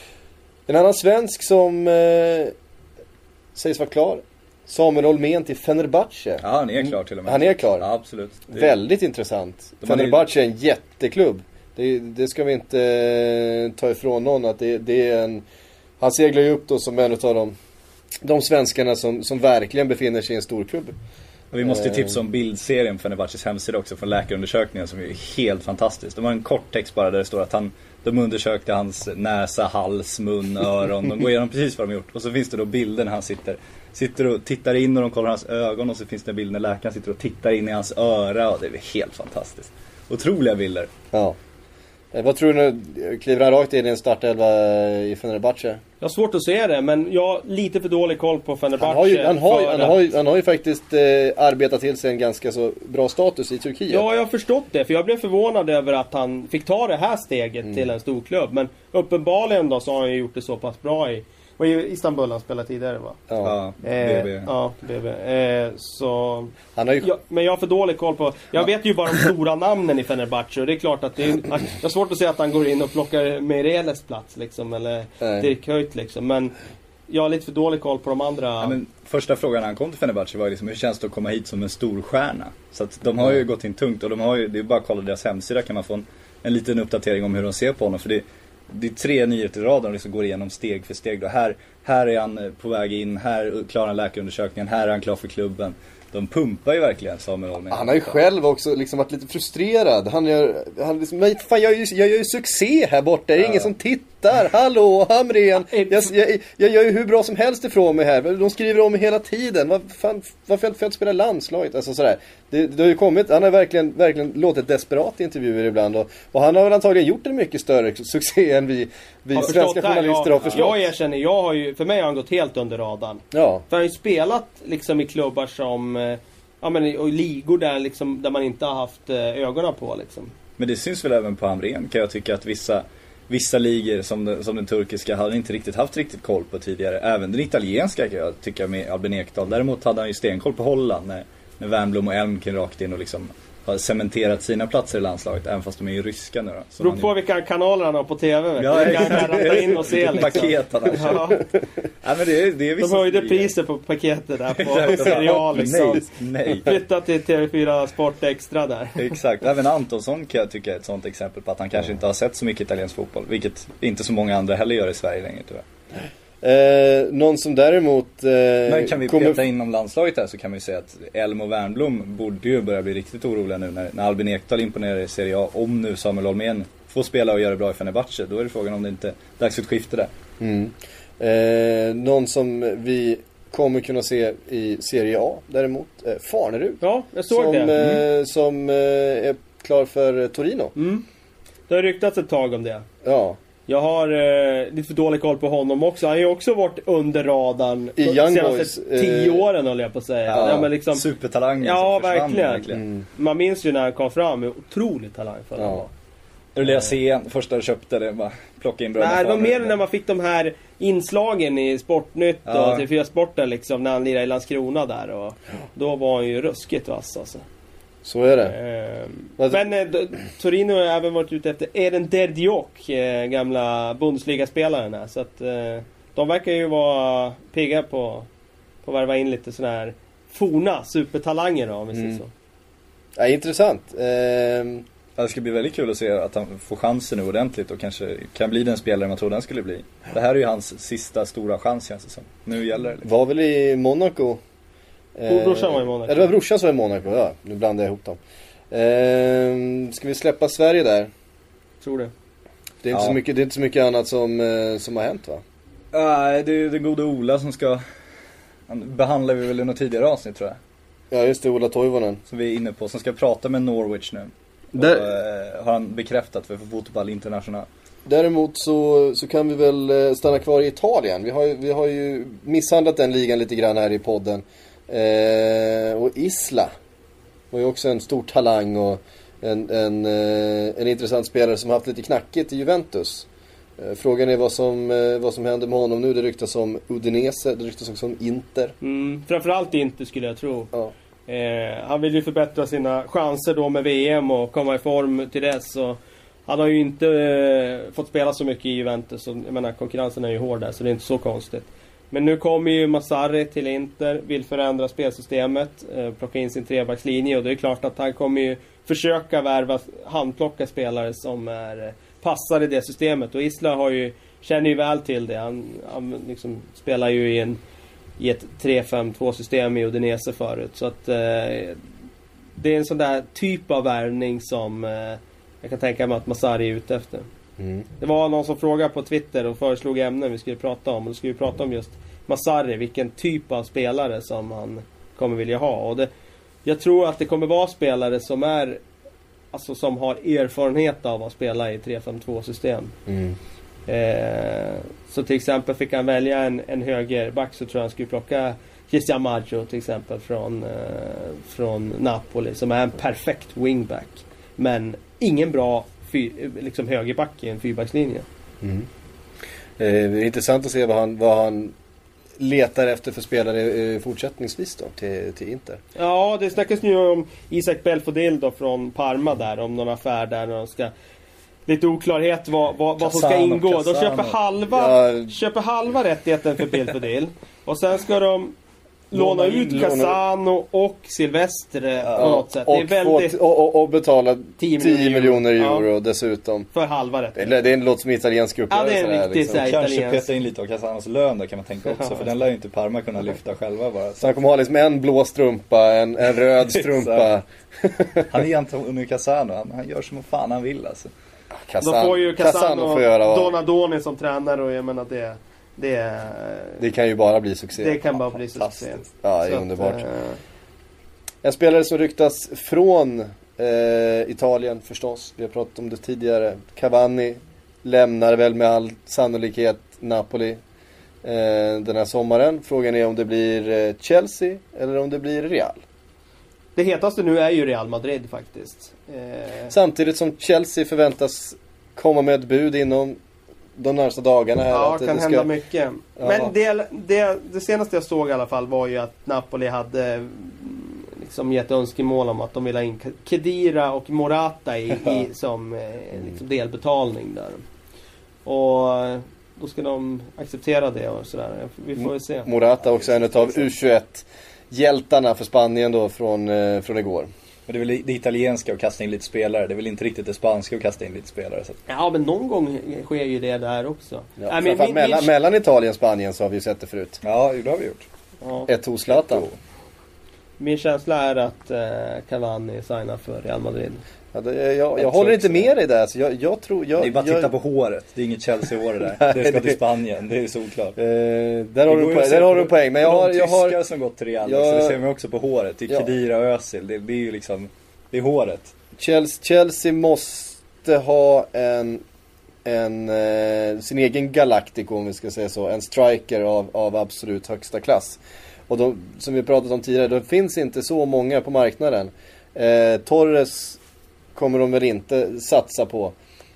en annan svensk som eh, sägs vara klar. Samuel Olmén till Fenerbahce. Ja, han är klar till och med. Han är klar. Ja, absolut. Det väldigt är... intressant. De Fenerbahce är en jätteklubb. Det, det ska vi inte eh, ta ifrån någon. Att det, det är en, han seglar ju upp då som en av de, de svenskarna som, som verkligen befinner sig i en stor klubb. Och vi måste ju tipsa om bildserien på Fenerbahces hemsida också från läkarundersökningen som är helt fantastisk. De har en kort text bara där det står att han, de undersökte hans näsa, hals, mun, öron. De går igenom precis vad de har gjort. Och så finns det då bilder när han sitter, sitter och tittar in och de kollar hans ögon. Och så finns det en bild när läkaren sitter och tittar in i hans öra. Och det är helt fantastiskt. Otroliga bilder. Ja. Eh, vad tror du nu? Kliver han rakt in i en startelva i Fenerbahce? Jag har svårt att se det, men jag har lite för dålig koll på Fenerbahce. Han har ju, han har, han har, ju, han har ju faktiskt eh, arbetat till sig en ganska så bra status i Turkiet. Ja, jag har förstått det. För jag blev förvånad över att han fick ta det här steget mm. till en stor klubb. Men uppenbarligen då så har han ju gjort det så pass bra i var ju Istanbul han spelade tidigare va? Ja. Ja, Eh, B B. ja, B B. Eh, så... Han har ju... Ja, men jag har för dålig koll på... Jag vet ju bara de stora namnen i Fenerbahce. Och det är klart att det är... Jag har svårt att säga att han går in och plockar Meireles plats liksom. Eller Nej. Dirk Höjt liksom. Men jag har lite för dålig koll på de andra... Ja, men första frågan när han kom till Fenerbahce var liksom, hur känns det att komma hit som en stor stjärna? Så att de har ju gått in tungt och de har ju, det är bara att kolla deras hemsida kan man få en, en liten uppdatering om hur de ser på honom. För det, det är tre nyheter i raden och liksom går igenom steg för steg då. Här, här är han på väg in, här klarar han läkarundersökningen, här är han klar för klubben. De pumpar ju verkligen Samuel Holm. Han har ju själv också liksom varit lite frustrerad. Han gör, han liksom, men fan jag gör ju, jag gör ju succé här borta. Det är Ja. ingen som tittar. Hallå, Hamrén. Jag, jag, jag gör ju hur bra som helst ifrån mig här. De skriver om mig hela tiden. Vad fan, varför får jag inte spela landslaget? Alltså sådär. Det, det har ju kommit, han har verkligen, verkligen låtit desperat i intervjuer ibland. Och, och han har väl antagligen gjort en mycket större succé än vi, vi Har svenska förstått här, journalister jag, har förstått. Jag erkänner, jag har ju, för mig har han gått helt under radarn. Ja. För han har ju spelat liksom i klubbar som... eh, Ja men och ligor där liksom, där man inte har haft eh, ögonen på liksom. Men det syns väl även på Hamrén kan jag tycka att vissa vissa ligor som den, som den turkiska hade inte riktigt haft riktigt koll på tidigare. Även den italienska kan jag tycka med Albin Ekdal. Däremot hade han ju stenkoll på Holland när, när Wernbloom och Elmkin rakt in och liksom har cementerat sina platser i landslaget, även fast de är ju ryska nu då. Så Beror man på ju... vilka kanaler han har på tv. Vet du. Ja, Det kan han ratta in och se vilket liksom. paket han har köpt. Ja. Ja, men det är, det är De vissa höjde stiger. priser på paketet där på serial liksom. Nej, nej. Flytta till T V fyra Sport Extra där. Exakt, även Antonsson kan jag tycka är ett sånt exempel på att han kanske inte har sett så mycket italiensk fotboll. Vilket inte så många andra heller gör i Sverige längre tyvärr. Eh, någon som däremot... Eh, Men kan vi kommer... peta inom landslaget här så kan man ju säga att Elm och Wernbloom borde ju börja bli riktigt oroliga nu när, när Albin Ekdal imponerar i Serie A. Om nu Samuel Holmén får spela och göra bra i Fenerbahce, då är det frågan om det inte är dags för ett skifte där. Mm. Eh, någon som vi kommer kunna se i Serie A däremot, eh, Farnerud. Ja, jag såg som, det. eh, som eh, är klar för eh, Torino. Mm. Det har ryktats ett tag om det. Ja. Jag har eh, lite för dålig koll på honom också. Han har ju också varit under radarn I de Young senaste Boys, tio eh, åren håller jag på att säga. Ja, Ja, men liksom, supertalang ja, som försvann verkligen. verkligen. Mm. man minns ju när han kom fram, hur otroligt talangfull han Ja. var. Eller jag se första du köpte det, bara plocka in bröderna. Nej, det var Farnerud. mer när man fick de här inslagen i Sportnytt Ja. och T V fyra Sporten liksom, när han lirade i Landskrona där. Och då var han ju ruskigt vass alltså. Så är det. Ehm, Vad- Men eh, d- Torino har även varit ute efter Eden Derdiok, eh, gamla Bundesliga-spelaren här. Så att eh, de verkar ju vara pigga på, på att värva in lite sådana här forna supertalanger då, om vi säger Mm. så. Ja, intressant. Eh, Ja, det ska bli väldigt kul att se att han får chansen nu ordentligt och kanske kan bli den spelare man trodde han skulle bli. Det här är ju hans sista stora chans känns det som. Nu gäller det liksom. var väl i Monaco. Eh, Brorsan var i Monaco. Ja, det var brorsan som var i Monaco, ja. Nu blandar jag ihop dem. Eh, ska vi släppa Sverige där? Tror det. Det är inte, Ja. så, mycket, det är inte så mycket annat som, eh, som har hänt va? Nej, det är den gode Ola som ska... Han behandlar vi väl i något tidigare avsnitt tror jag. Ja just det, Ola Toivonen. Som vi är inne på. Som ska prata med Norwich nu. Där- Och, eh, har han bekräftat för Fotboll International. Däremot så, så kan vi väl eh, stanna kvar i Italien. Vi har, ju- vi har ju misshandlat den ligan lite grann här i podden. Eh, och Isla var ju också en stor talang och en, en, eh, en intressant spelare som har haft lite knackigt i Juventus. Eh, frågan är vad som, eh, vad som händer med honom nu. Det ryktas om Udinese, det ryktas också om Inter. Mm, framförallt inte skulle jag tro. Ja. Eh, han vill ju förbättra sina chanser då med V M och komma i form till dess. Och han har ju inte eh, fått spela så mycket i Juventus. Och, jag menar, konkurrensen är ju hård där, så det är inte så konstigt. Men nu kommer ju Massarri till Inter, vill förändra spelsystemet, eh, plocka in sin trebackslinje. Och det är klart att han kommer ju försöka värva, handplocka spelare som är, eh, passar i det systemet. Och Isla har ju, känner ju väl till det. Han, han liksom spelar ju i en i ett tre fem två system i Udinese förut. Så att eh, det är en sån där typ av värvning som eh, jag kan tänka mig att Massari är ute efter. Mm. Det var någon som frågade på Twitter och föreslog ämnen vi skulle prata om. Och då skulle vi prata om just Massari, vilken typ av spelare som han kommer vilja ha. Och det, jag tror att det kommer vara spelare som är, alltså som har erfarenhet av att spela i tre fem två system. Mm. Eh, så till exempel fick han välja en, en högerback, så tror jag han skulle plocka Cristian Maggio till exempel från, eh, från Napoli, som är en perfekt wingback. Men ingen bra fy, liksom högerback i en fyrbackslinje. Mm. det är intressant att se vad han, vad han letar efter för spelare eh, fortsättningsvis då till, till Inter. Ja, det snackas nu om Isaac Belfodil då från Parma där, om någon affär där när de ska, lite oklarhet vad, vad, vad som ska Cassano, ingå. De Cassano. köper halva, Ja. köper halva rättigheten för Belfodil och sen ska de låna ut låna- Cassano och Silvestre på något sätt. Och, Det är väldigt få, och, och, och betala tio tio miljoner euro Ja. dessutom. för halva rättigheten. Eller det låter som italiensk Ja, uppgörelse. det är en där, riktig liksom. så här Kanske italiensk. peta in lite av Cassanos lön där kan man tänka också. Ja. För den lär ju inte Parma kunna lyfta själva bara. Så han kommer ha liksom en blå strumpa, en, en röd strumpa. Han är Antonio Cassano. Han, han gör som fan han vill alltså. Cassan, Då får ju Cassano får göra vad. Donadoni som tränare och jag menar det det, Det kan ju bara bli succé. det kan bara bli succé. Fantastiskt. Ja, det är Så att, underbart. eh, En spelare som ryktas från eh, Italien förstås. Vi har pratat om det tidigare. Cavani lämnar väl med all sannolikhet Napoli eh, den här sommaren. Frågan är om det blir eh, Chelsea eller om det blir Real. Det hetaste nu är ju Real Madrid faktiskt. Eh, Samtidigt som Chelsea förväntas komma med ett bud inom de närmaste dagarna här. ja, att kan det ska- hända mycket. Ja. Men det, det, det senaste jag såg i alla fall var ju att Napoli hade mm, liksom gett önskemål om att de vill ha in Khedira och Morata i, i som eh, liksom delbetalning där. Och eh, då ska de acceptera det och sådär. Vi får väl se. Morata också en av U tjugoett-hjältarna för Spanien då från, eh, från igår. Men det är väl det italienska att kasta in lite spelare. Det är väl inte riktigt det spanska att kasta in lite spelare. Så att... Ja, men någon gång sker ju det där också. Ja, Nej, men framförallt min- mellan, min- mellan Italien och Spanien så har vi sett det förut. Ja, det har vi gjort. Ja. Ett hos Zlatan. Min känsla är att eh, Cavani signar för Real Madrid. Ja, det, jag jag, Jag håller tror inte också med dig där. Så jag, jag tror... Jag, Det är bara att jag, titta på håret. Det är inget Chelsea-hår det där. Nej, Det ska det- till Spanien. Det är solklart. Eh, där har Det du går en ju poäng. att se Där har på- du en poäng. Men jag på har... de Jag har tyskar som gått till Real. jag- Så det ser man också på håret. Det är Ja. Khedira och Özil. Det, det är ju liksom... Det är håret. Chelsea, Chelsea måste ha en... en eh, sin egen Galactico, om vi ska säga så. En striker av, av absolut högsta klass. Och då, som vi pratat om tidigare, det finns inte så många på marknaden. Eh, Torres kommer de väl inte satsa på.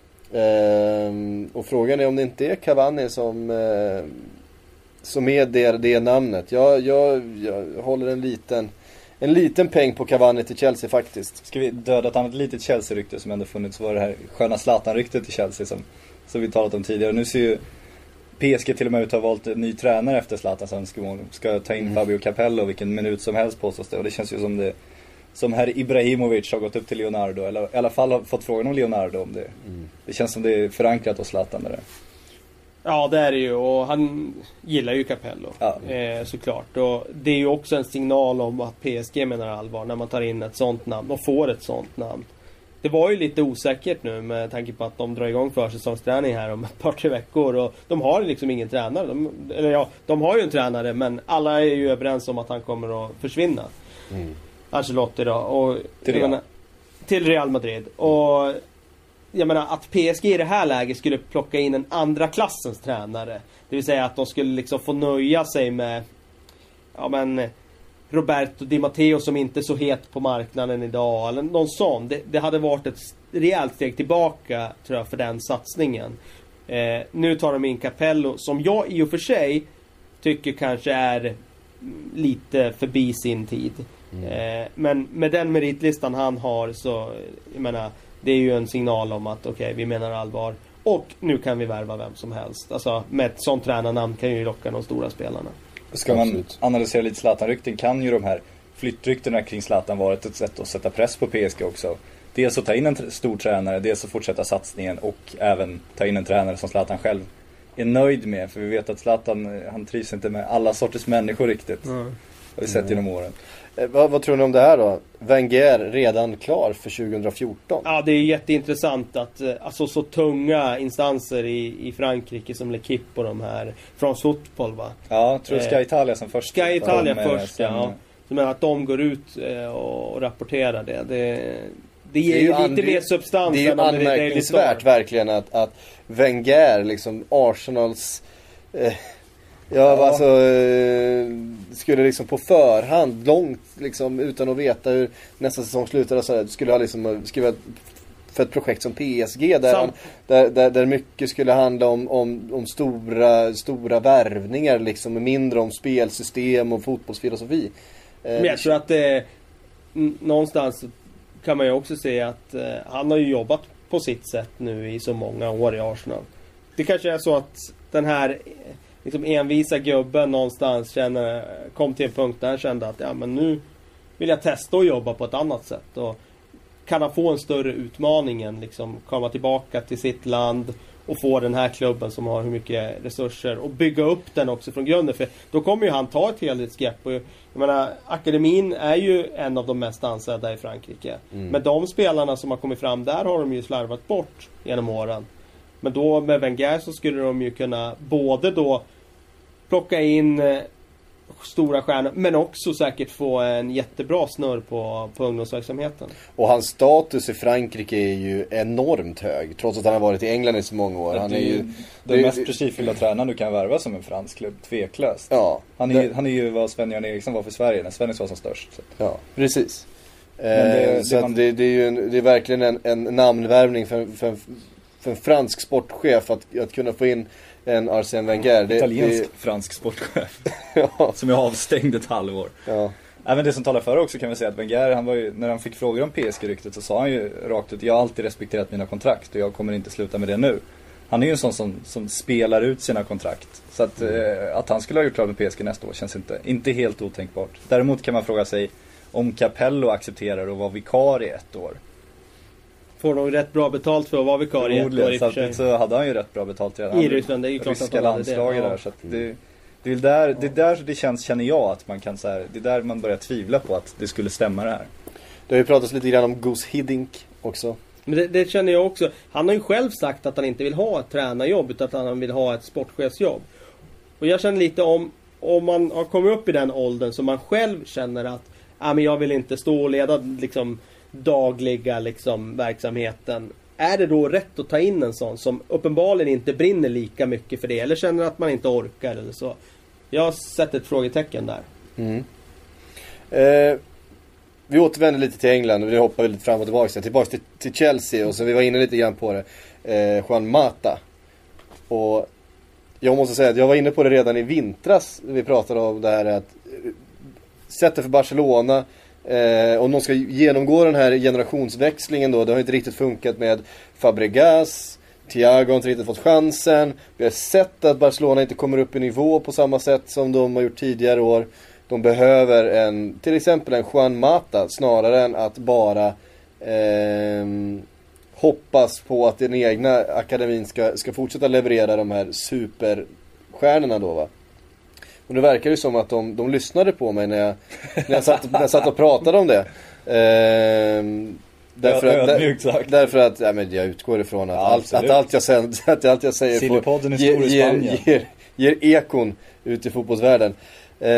Eh, och frågan är om det inte är Cavani som, eh, som är det, det namnet. Jag, jag, jag håller en liten, en liten peng på Cavani till Chelsea faktiskt. Ska vi döda ett annat litet Chelsea-rykte som ändå funnits, var det här sköna Zlatan-ryktet i Chelsea som, som vi talat om tidigare. Nu ser ju P S G till och med ut att ha valt en ny tränare efter Zlatans önskemål. Ska ta in Mm. Fabio Capello vilken minut som helst påstås det. Och det känns ju som det som herr Ibrahimovic har gått upp till Leonardo. Eller i alla fall har fått frågan om Leonardo om det. Mm. Det känns som det är förankrat hos Zlatan där. Ja, det är det ju. Och han gillar ju Capello. Ja. Eh, såklart. Och det är ju också en signal om att P S G menar allvar när man tar in ett sånt namn och får ett sånt namn. Det var ju lite osäkert nu med tanke på att de drar igång försäsongsträning här om ett par tre veckor. Och de har liksom ingen tränare. De, eller ja, de har ju en tränare men alla är ju överens om att han kommer att försvinna. Mm. Ancelotti då. Och, Till jag Real. menar, till Real Madrid. Och jag menar att P S G i det här läget skulle plocka in en andra klassens tränare. Det vill säga att de skulle liksom få nöja sig med ja men Roberto Di Matteo som inte är så het på marknaden idag eller någon sån. Det, det hade varit ett rejält steg tillbaka tror jag för den satsningen. Eh, nu tar de in Capello som jag i och för sig tycker kanske är lite förbi sin tid. Eh, men med den meritlistan han har så jag menar det är ju en signal om att okej okay, vi menar allvar och nu kan vi värva vem som helst. Alltså med ett sånt tränarnamn kan ju locka de stora spelarna. Ska man Absolut. analysera lite Zlatan-rykten kan ju de här flyttryktena kring Zlatan varit ett sätt att sätta press på P S G också. Dels att ta in en tr- stor tränare, dels att fortsätta satsningen och även ta in en tränare som Zlatan själv är nöjd med. För vi vet att Zlatan, han trivs inte med alla sorters människor riktigt. Mm. Har vi sett genom åren. Eh, vad, vad tror ni om det här då? Wenger redan klar för tjugohundrafjorton. Ja, det är jätteintressant att eh, alltså så tunga instanser i, i Frankrike som L'Equipe och de här från Fotboll va. Ja, jag tror Eh, Sky Italia som först. Sky Italia De, eh, först sen- ja. Så men att de går ut eh, och rapporterar det. Det, det ger Det är ju ju lite an- mer substans. Det är ju än om det är Daily anmärkningsvärt Star. verkligen att, att Wenger, liksom Arsenals eh, ja, Ja. alltså eh, skulle liksom på förhand långt liksom utan att veta hur nästa säsong slutar och så där, skulle ha liksom skriva för ett projekt som P S G där, han, där, där, där mycket skulle handla om, om, om stora, stora värvningar liksom, mindre om spelsystem och fotbollsfilosofi. Men jag tror att det, någonstans kan man ju också säga att eh, han har ju jobbat på sitt sätt nu i så många år i Arsenal. Det kanske är så att den här liksom envisa gubben någonstans känner, kom till en punkt där han kände att ja, men nu vill jag testa att jobba på ett annat sätt. Och kan han få en större utmaning än liksom komma tillbaka till sitt land och få den här klubben som har hur mycket resurser och bygga upp den också från grunden. För då kommer ju han ta ett helhetsgrepp. Och jag menar, akademin är ju en av de mest ansedda i Frankrike. Mm. Men de spelarna som har kommit fram där har de ju slarvat bort genom åren. Men då med Wenger så skulle de ju kunna både då plocka in eh, stora stjärnor, men också säkert få en jättebra snurr på, på ungdomsverksamheten. Och hans status i Frankrike är ju enormt hög, trots att han har varit i England i så många år. Han är ju den det, mest prestigefyllda tränaren du kan värva som en fransk klubb, tveklöst. Ja, han, är, det, han är ju vad Sven-Göran Eriksson var för Sverige när Sven var som störst. Så. Ja, precis. Det, eh, så det, man... det, det är ju en, det är verkligen en, en namnvärvning för, för, för en fransk sportchef att, att kunna få in en Arsène Wenger. Det, Italiensk det... fransk sportchef. Ja. Som är avstängd ett halvår. Ja. Även det som talar för också kan vi säga att Wenger, han var ju, när han fick frågor om P S G-ryktet så sa han ju rakt ut: jag har alltid respekterat mina kontrakt och jag kommer inte sluta med det nu. Han är ju en sån som, som spelar ut sina kontrakt. Så att, mm. eh, att han skulle ha gjort klart med P S G nästa år känns inte, inte helt otänkbart. Däremot kan man fråga sig om Capello accepterar att vara vikarie ett år. Får de rätt bra betalt för att vara vikarie ett år i och för sig. Så hade han ju rätt bra betalt redan. I Ryssland, det är ju klart att han hade det. Ja. Där, så att det, det är där, det är där det känns, känner jag, att man kan så här, det är där man börjar tvivla på att det skulle stämma det här. Det har ju pratats lite grann om Gus Hiddink också. Men det, det känner jag också. Han har ju själv sagt att han inte vill ha ett tränarjobb utan att han vill ha ett sportchefsjobb. Och jag känner lite om om man har kommit upp i den åldern så man själv känner att ah, men jag vill inte stå och leda liksom dagliga liksom verksamheten. Är det då rätt att ta in en sån som uppenbarligen inte brinner lika mycket för det eller känner att man inte orkar eller så? Jag har sett ett frågetecken där. Mm. Eh, vi återvänder lite till England och vi hoppar lite fram och tillbaka. Tillbaka till, till Chelsea och så vi var inne lite grann på det. Eh, Juan Mata. Och jag måste säga att jag var inne på det redan i vintras. Vi pratade om det här att sättet för Barcelona eh, om de ska genomgå den här generationsväxlingen då. Det har inte riktigt funkat med Fabregas. Thiago har inte riktigt fått chansen. Vi har sett att Barcelona inte kommer upp i nivå på samma sätt som de har gjort tidigare år. De behöver en, till exempel en Juan Mata snarare än att bara eh, hoppas på att den egna akademin ska, ska fortsätta leverera de här superstjärnorna då, va? Och det verkar ju som att de, de lyssnade på mig när jag, när jag, satt, när jag satt och pratade om det. Eh, därför, ja, att, där, därför att ja, men jag utgår ifrån att, ja, allt, att, allt, jag säger, att allt jag säger får, ger, ger, ger, ger ekon ut i fotbollsvärlden. Eh,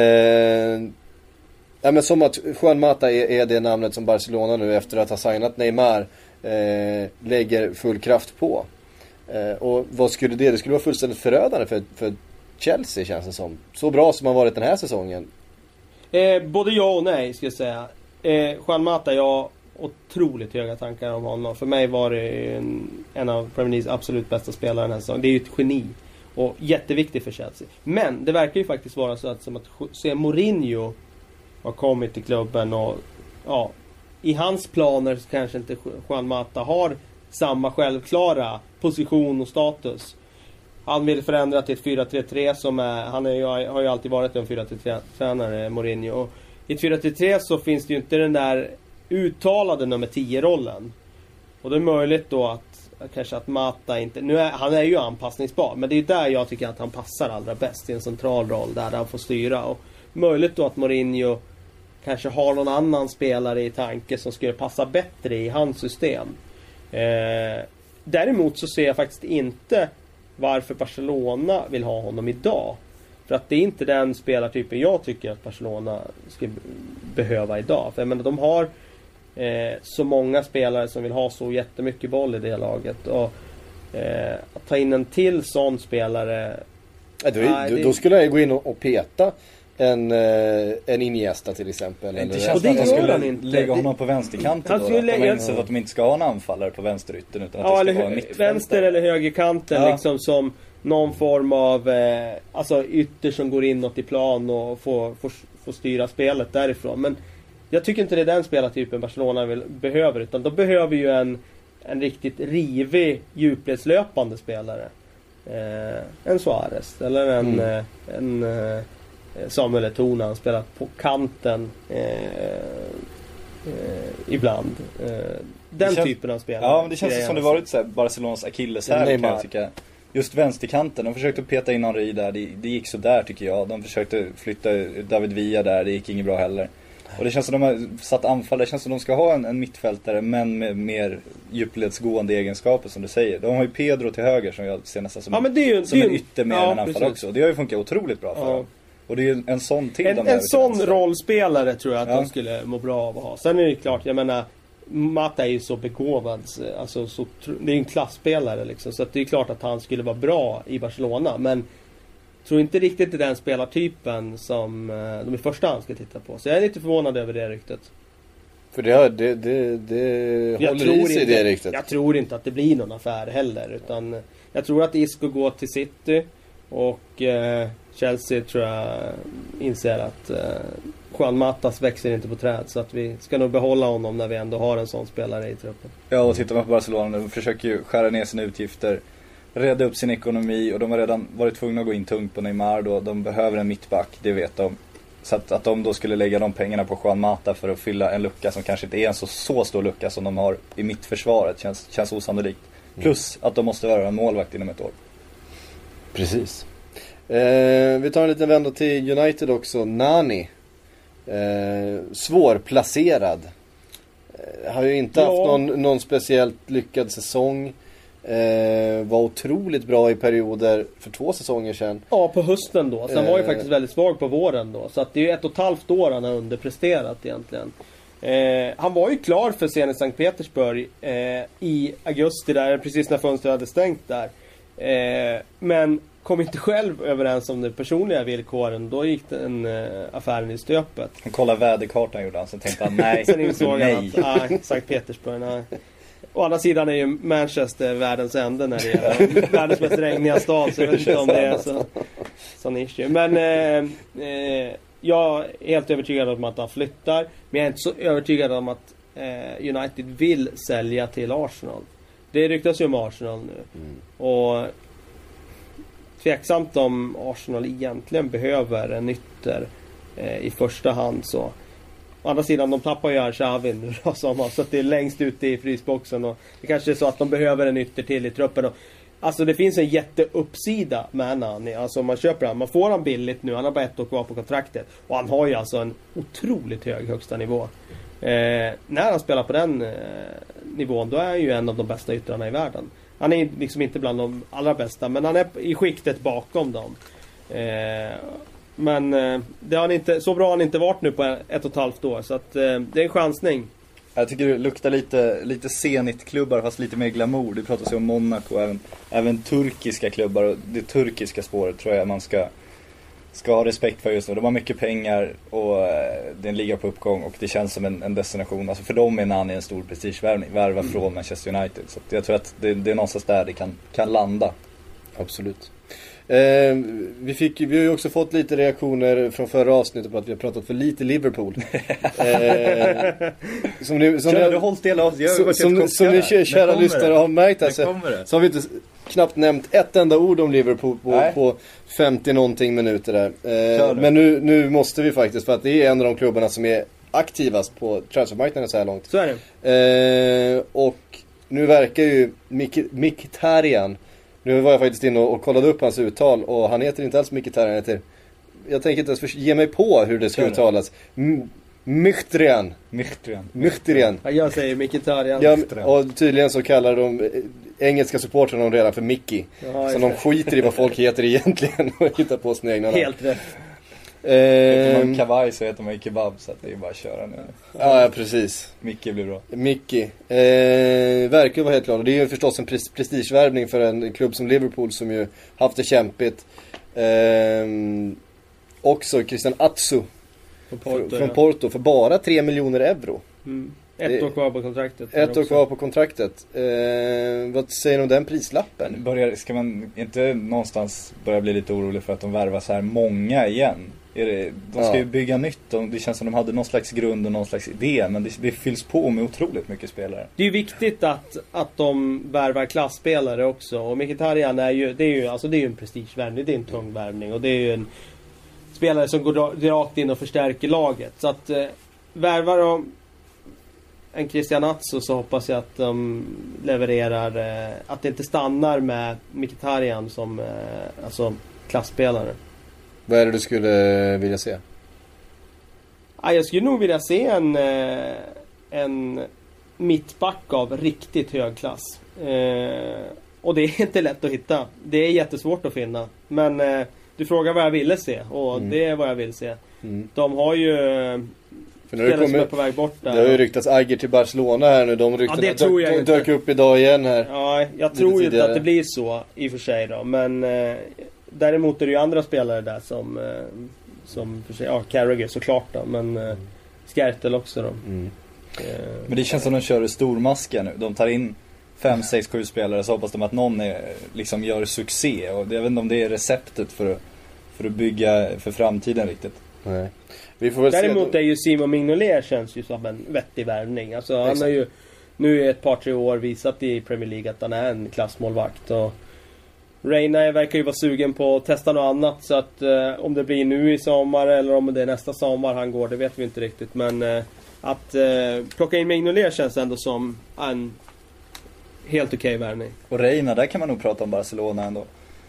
ja, men som att Juan Mata är, är det namnet som Barcelona nu efter att ha signat Neymar eh, lägger full kraft på. Eh, och vad skulle det? Det skulle vara fullständigt förödande för, för Chelsea, känns det som. Så bra som har varit den här säsongen. Eh, både ja och nej, ska jag säga. Eh, Juan Mata, jag har otroligt höga tankar om honom. För mig var det en, en av Premier Leagues absolut bästa spelare den här säsongen. Det är ju ett geni. Och jätteviktigt för Chelsea. Men det verkar ju faktiskt vara så att, som att se Mourinho har kommit till klubben och ja, i hans planer så kanske inte Juan Mata har samma självklara position och status. Han vill förändra till ett fyra tre tre som är, han är ju, har ju alltid varit en fyra tre tre-tränare, Mourinho. Och i ett fyra tre tre så finns det ju inte den där uttalade nummer tio-rollen. Och det är möjligt då att kanske att Mata inte, nu är, han är ju anpassningsbar, men det är ju där jag tycker att han passar allra bäst i en central roll där han får styra. Och möjligt då att Mourinho kanske har någon annan spelare i tanke som skulle passa bättre i hans system. Eh, däremot så ser jag faktiskt inte varför Barcelona vill ha honom idag. För att det är inte den spelartypen jag tycker att Barcelona ska behöva idag. För jag menar, de har eh, så många spelare som vill ha så jättemycket boll i det laget. Och eh, att ta in en till sån spelare... Ja, då, nej, då, det... då skulle jag gå in och, och peta en, eh, en Iniesta till exempel. Det inte eller, känns Och det som att de gör skulle han inte. lägga honom på vänsterkanten Han då. skulle Att de har lägga- insett att de inte ska ha en anfallare på vänsterytten utan att Ja, det eller ska vara en hö- mittfältare. vänster eller högerkanten Ja. liksom som någon form av eh, alltså ytter som går inåt i plan och får, får, får styra spelet därifrån. Men jag tycker inte det är den spelartypen Barcelona vill, behöver, utan de behöver ju en, en riktigt rivig djupledslöpande spelare. Eh, en Suarez eller en, Mm. eh, en eh, Samuel Eto'o när han spelar på kanten eh, eh, ibland. Eh, den Det känns- typen av spelare. Ja, men det känns skulle jag som det gärna varit så här Barcelonas akilleshäl kan Neymar. jag tycka. Just vänsterkanten, de försökte peta in Henry där, det, det gick så där tycker jag. De försökte flytta David Villa där, det gick inget bra heller. Och det känns som de har satt anfall, det känns som de ska ha en, en mittfältare men med mer djupledsgående egenskaper som du säger. De har ju Pedro till höger som jag ser nästan som, Ja, men det är ju, som det är en ju- ytter mer ja, än en anfall precis. också. Och det har ju funkat otroligt bra för Ja. dem. Och det är ju en sån till En, de en behöver till sån vänster. rollspelare tror jag att Ja. de skulle må bra av att ha. Sen är det ju klart, jag menar Mata är ju så begåvad, alltså så, tr- det är ju en klassspelare liksom, så att det är klart att han skulle vara bra i Barcelona, men tror inte riktigt det är den spelartypen som eh, de i första hand ska titta på. Så jag är lite förvånad över det ryktet. För det, har- det, det, det håller i sig inte, det riktigt. jag tror inte att det blir någon affär heller, utan jag tror att Isco går till City och eh, Chelsea tror jag inser att eh, Juan Matas växer inte på träd, så att vi ska nog behålla honom när vi ändå har en sån spelare i truppen. Ja, och tittar man på Barcelona, de försöker ju skära ner sina utgifter, rädda upp sin ekonomi och de har redan varit tvungna att gå in tungt på Neymar då. De behöver en mittback, det vet de. Så att, att de då skulle lägga de pengarna på Juan Mata för att fylla en lucka som kanske inte är en så, så stor lucka som de har i mittförsvaret känns, känns osannolikt. Plus att de måste vara en målvakt inom ett år. Precis. Eh, vi tar en liten vända till United också. Nani. Eh, svårplacerad. Eh, har ju inte Ja. haft någon, någon speciellt lyckad säsong. Eh, var otroligt bra i perioder för två säsonger sedan. Ja, på hösten då. Sen var ju Eh. faktiskt väldigt svag på våren då. Så att det är ju ett och ett halvt år han har underpresterat egentligen. Eh, han var ju klar för Zenit Sankt Petersburg eh, i augusti där, precis när fönstret hade stängt där. Eh, men kom inte själv överens om de personliga villkoren. Då gick den eh, affären i stöpet. Han kollade väderkartan gjorde han, så tänkte han nej, Sen insåg han nej. att nej, Sankt Petersburg, nej. Å andra sidan är ju Manchester världens ände när det gäller världens mest regniga stad, så jag vet inte om det är så, sån issue. Men eh, eh, jag är helt övertygad om att han flyttar, men jag är inte så övertygad om att eh, United vill sälja till Arsenal. Det ryktas ju om Arsenal nu. Mm. Och tveksamt om Arsenal egentligen behöver en ytter eh, i första hand så. Å andra sidan, de tappar ju Arshavin nu då, som har suttit längst ute i frysboxen, och det kanske är så att de behöver en ytter till i truppen. Och, alltså det finns en jätteuppsida med Nani. Alltså om man köper han, man får han billigt nu, han har bara ett år kvar på kontraktet. Och han har ju alltså en otroligt hög högsta nivå. Eh, när han spelar på den eh, nivån, då är han ju en av de bästa yttrarna i världen. Han är liksom inte bland de allra bästa, men han är i skiktet bakom dem. Eh, Men eh, det har han inte, så bra har han inte varit nu på ett och ett halvt år. Så att, eh, det är en chansning. Jag tycker det luktar lite, lite Zenit-klubbar fast lite mer glamour. Det pratas ju om Monaco och även, även turkiska klubbar. Och det turkiska spåret tror jag man ska, ska ha respekt för just nu. De har mycket pengar och eh, det är en liga på uppgång och det känns som en, en destination. Alltså för dem är Nani en stor prestigevärvning. Värva mm. från Manchester United. Så att jag tror att det, det är någonstans där det kan, kan landa. Absolut. Eh, vi, fick, vi har ju också fått lite reaktioner från förra avsnittet på att vi har pratat för lite Liverpool. eh, som ni, som Kör, ni, du hållit hela av. Jag har som, varit som, helt som ni chockad. kära När kommer lyssnare det? har märkt När alltså, kommer det? så har vi inte knappt nämnt ett enda ord om Liverpool på, Nej. på femtio någonting minuter där. Eh, Kör du. men nu, nu måste vi faktiskt, för att det är en av de klubbarna som är aktivast på transfermarknaden så här långt. Så är det. Eh, och nu verkar ju Mik- Mkhitaryan, nu var jag faktiskt inne och, och kollade upp hans uttal, och han heter inte alls Mkhitaryan, han heter, jag tänker inte ens för, ge mig på hur det ska Kör. uttalas. M- Mkhitaryan. Mkhitaryan. Mkhitaryan. Ja, jag säger Mkhitaryan. Ja, och tydligen så kallar de eh, engelska supportrarna dem redan för Mickey. Ja, så de skiter i vad folk heter egentligen och hittar på sina egna namn. helt rätt. Heter man Eh, kavaj så heter man ju kebab, så att det är bara att köra nu. ja, ja, precis. Micke blir bra. Mickey. Eh, verkar vara helt klart. Och det är ju förstås en pres- prestigevärvning för en klubb som Liverpool som ju haft det kämpigt. Eh, också Christian Atsu Från Porto, från ja. Porto för bara tre miljoner euro. Mm. Ett år kvar på kontraktet. Ett år kvar på kontraktet. Eh, vad säger du om den prislappen? Börjar, ska man inte någonstans börja bli lite orolig för att de värvar så här många igen? Är det, de ska Ja. ju bygga nytt. De, det känns som de hade någon slags grund och någon slags idé. Men det, det fylls på med otroligt mycket spelare. Det är ju viktigt att, att de värvar klassspelare också. Och Mkhitaryan är ju, det är ju, alltså det är ju en prestigevärvning. Det är en tung värvning. Och det är ju en spelare som går rakt in och förstärker laget. Så att eh, värvar de en Christian Atsu så hoppas jag att de levererar, eh, att det inte stannar med Mkhitaryan som eh, alltså klassspelare. Vad är det du skulle vilja se? Ja, jag skulle nog vilja se en eh, en mittback av riktigt hög klass. Eh, och det är inte lätt att hitta. Det är jättesvårt att finna. Men eh, du frågar vad jag ville se och Mm. det är vad jag vill se. Mm. De har ju För när det, spelare som är kommer, på väg bort där. det har ju ryktats Agger till Barcelona här nu. De ryktena Ja, det tror jag dök, inte. dök upp idag igen här. Ja, jag Lite tror ju inte tidigare. att det blir så i och för sig då. Men eh, däremot är det ju andra spelare där som eh, som för sig, ja, Carragher såklart då. Men eh, Skertel också då. Mm. Eh, Men det känns som de kör stormaska nu. De tar in fem, sex, sju spelare så hoppas de att någon är, liksom gör succé. Och jag vet inte om det är receptet för att, för att bygga för framtiden riktigt. Nej. Vi får väl Däremot se. är ju Simon Mignolet känns ju som en vettig värvning. Alltså han Exakt. har ju nu i ett par tre år visat i Premier League att han är en klassmålvakt. Och Reina verkar ju vara sugen på att testa något annat. Så att eh, om det blir nu i sommar eller om det är nästa sommar han går, det vet vi inte riktigt. Men eh, att eh, plocka in Mignolet känns ändå som en helt okej värvning. Och Reina, där kan man nog prata om Barcelona ändå.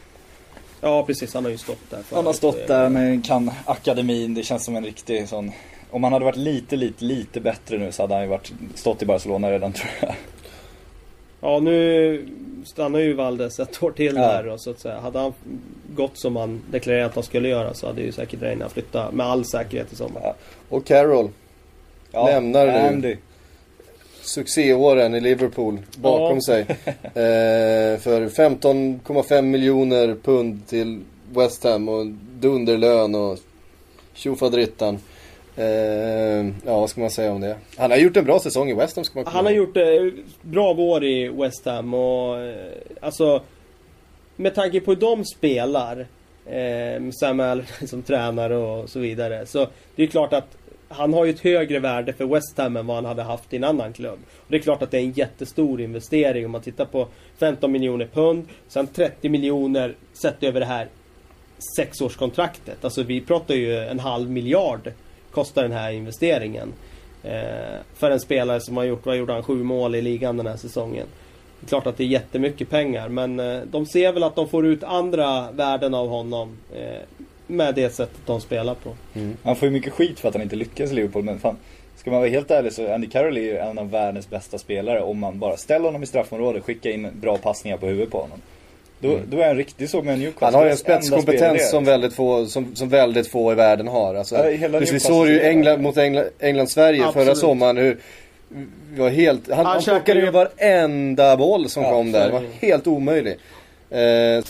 Ja precis, han har ju stått där förut. Han har stått där med kan akademin. Det känns som en riktig sån. Om han hade varit lite, lite, lite bättre nu så hade han ju varit, stått i Barcelona redan tror jag. Ja, nu stannar ju Valdes ett år till Ja. där och så att säga. Hade han gått som han deklarerat att han skulle göra så hade ju säkert Reina flyttat med all säkerhet i sommar. Ja. Och Carroll Ja, lämnar nu Andy. succéåren i Liverpool bakom Ja. sig. Eh, för femton komma fem miljoner pund till West Ham och dunderlön och tjofadrittan. Eh, ja, vad ska man säga om det? Han har gjort en bra säsong i West Ham ska man komma Han har ihåg. gjort eh, bra vår i West Ham och eh, alltså med tanke på hur de spelar eh, med Sam Allardyce som tränare och så vidare, så det är klart att han har ju ett högre värde för West Ham än vad han hade haft i en annan klubb. Och det är klart att det är en jättestor investering om man tittar på femton miljoner pund, sen trettio miljoner sett över det här sexårskontraktet. Alltså vi pratar ju en halv miljard kostar den här investeringen. Eh, för en spelare som har gjort, vad gjorde han, sju mål i ligan den här säsongen. Det är klart att det är jättemycket pengar, men eh, de ser väl att de får ut andra värden av honom eh, med det sättet de spelar på. Mm. Han får ju mycket skit för att han inte lyckas i Liverpool, men fan, ska man vara helt ärlig så Andy Carroll är ju en av världens bästa spelare. Om man bara ställer honom i straffområdet, skicka in bra passningar på huvudet på honom. Då, Mm. då är han riktigt så med Newcastle. Han har ju en Deras enda spetskompetens spelare. som väldigt få som, som väldigt få i världen har. Alltså, Ja, hela vi Newcastle såg ju spelar. England mot England, England-Sverige Absolut. förra sommaren hur vi var helt han, Han han käkade plockade ju ju- varenda boll som Ja, kom där. Det var sorry. helt omöjligt. Eh,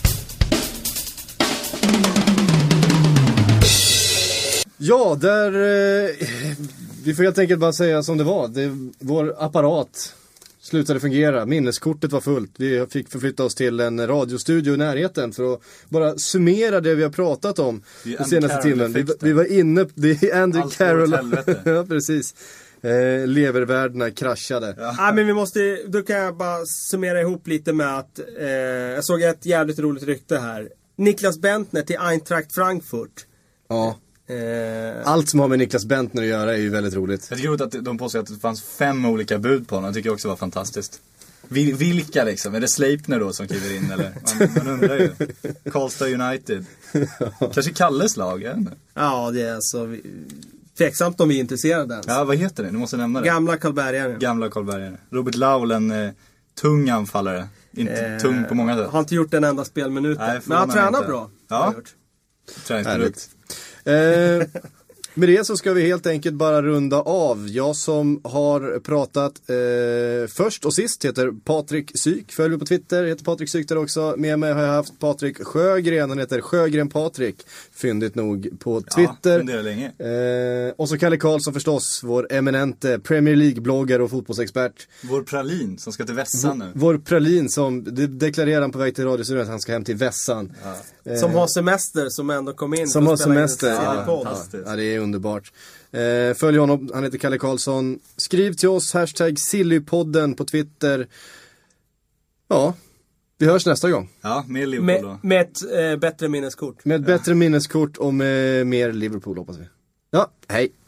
Ja, där... Eh, vi får helt enkelt bara säga som det var. Det, vår apparat slutade fungera. Minneskortet var fullt. Vi fick förflytta oss till en radiostudio i närheten för att bara summera det vi har pratat om Det är den Andy senaste timmen. Vi, Carroll-effekten. vi var inne... Det är Andy Allt går åt Carroll. helvete. Ja, precis. Eh, levervärdena kraschade. Ja. Ja, men vi måste, då kan jag bara summera ihop lite med att eh, jag såg ett jävligt roligt rykte här. Niklas Bentner till Eintracht Frankfurt. Ja. Eh, Allt som har med Niklas Bentner att göra är ju väldigt roligt. Jag tycker roligt att de påstår att det fanns fem olika bud på honom. Jag tycker också var fantastiskt. Vil- vilka liksom? Är det Sleipner då som kliver in eller? Man, man undrar ju. Karlstad United. Kanske Kalles lag, är det inte? ja, det är alltså vi, tveksamt om vi är intresserade ens. Ja, vad heter det? Du måste nämna det. Gamla Karlbergare. Gamla Karlbergare. Robert Laul, en eh, tung anfallare. Inte Eh, tung på många sätt. Har inte gjort en enda spelminut. Nej, Men han förvånar mig tränar inte. bra. Ja. har han gjort. Träningsprodukt. Eh, Med det så ska vi helt enkelt bara runda av. Jag som har pratat eh, först och sist heter Patrik Syk. Följ mig på Twitter, heter Patrik Syk där också. Med mig har jag haft Patrik Sjögren, han heter Sjögren Patrik. Fyndigt nog på Twitter. Ja, funderar länge. Eh, och så Kalle Karlsson förstås, vår eminente Premier League-bloggare och fotbollsexpert. Vår pralin som ska till Vässan nu. Vår pralin som de- deklarerar han på väg till radiostudion att han ska hem till Vässan. Ja. Som har semester, som ändå kom in Som för har att spela in en semester. serie Ja, podd. fantastiskt. ja, det är underbart. Eh, följ honom, han heter Kalle Karlsson. Skriv till oss, hashtag Sillypodden på Twitter. Ja, vi hörs nästa gång. Ja, med Liverpool Med, då. med ett eh, bättre minneskort. Med ett bättre minneskort och med mer Liverpool hoppas vi. Ja, hej.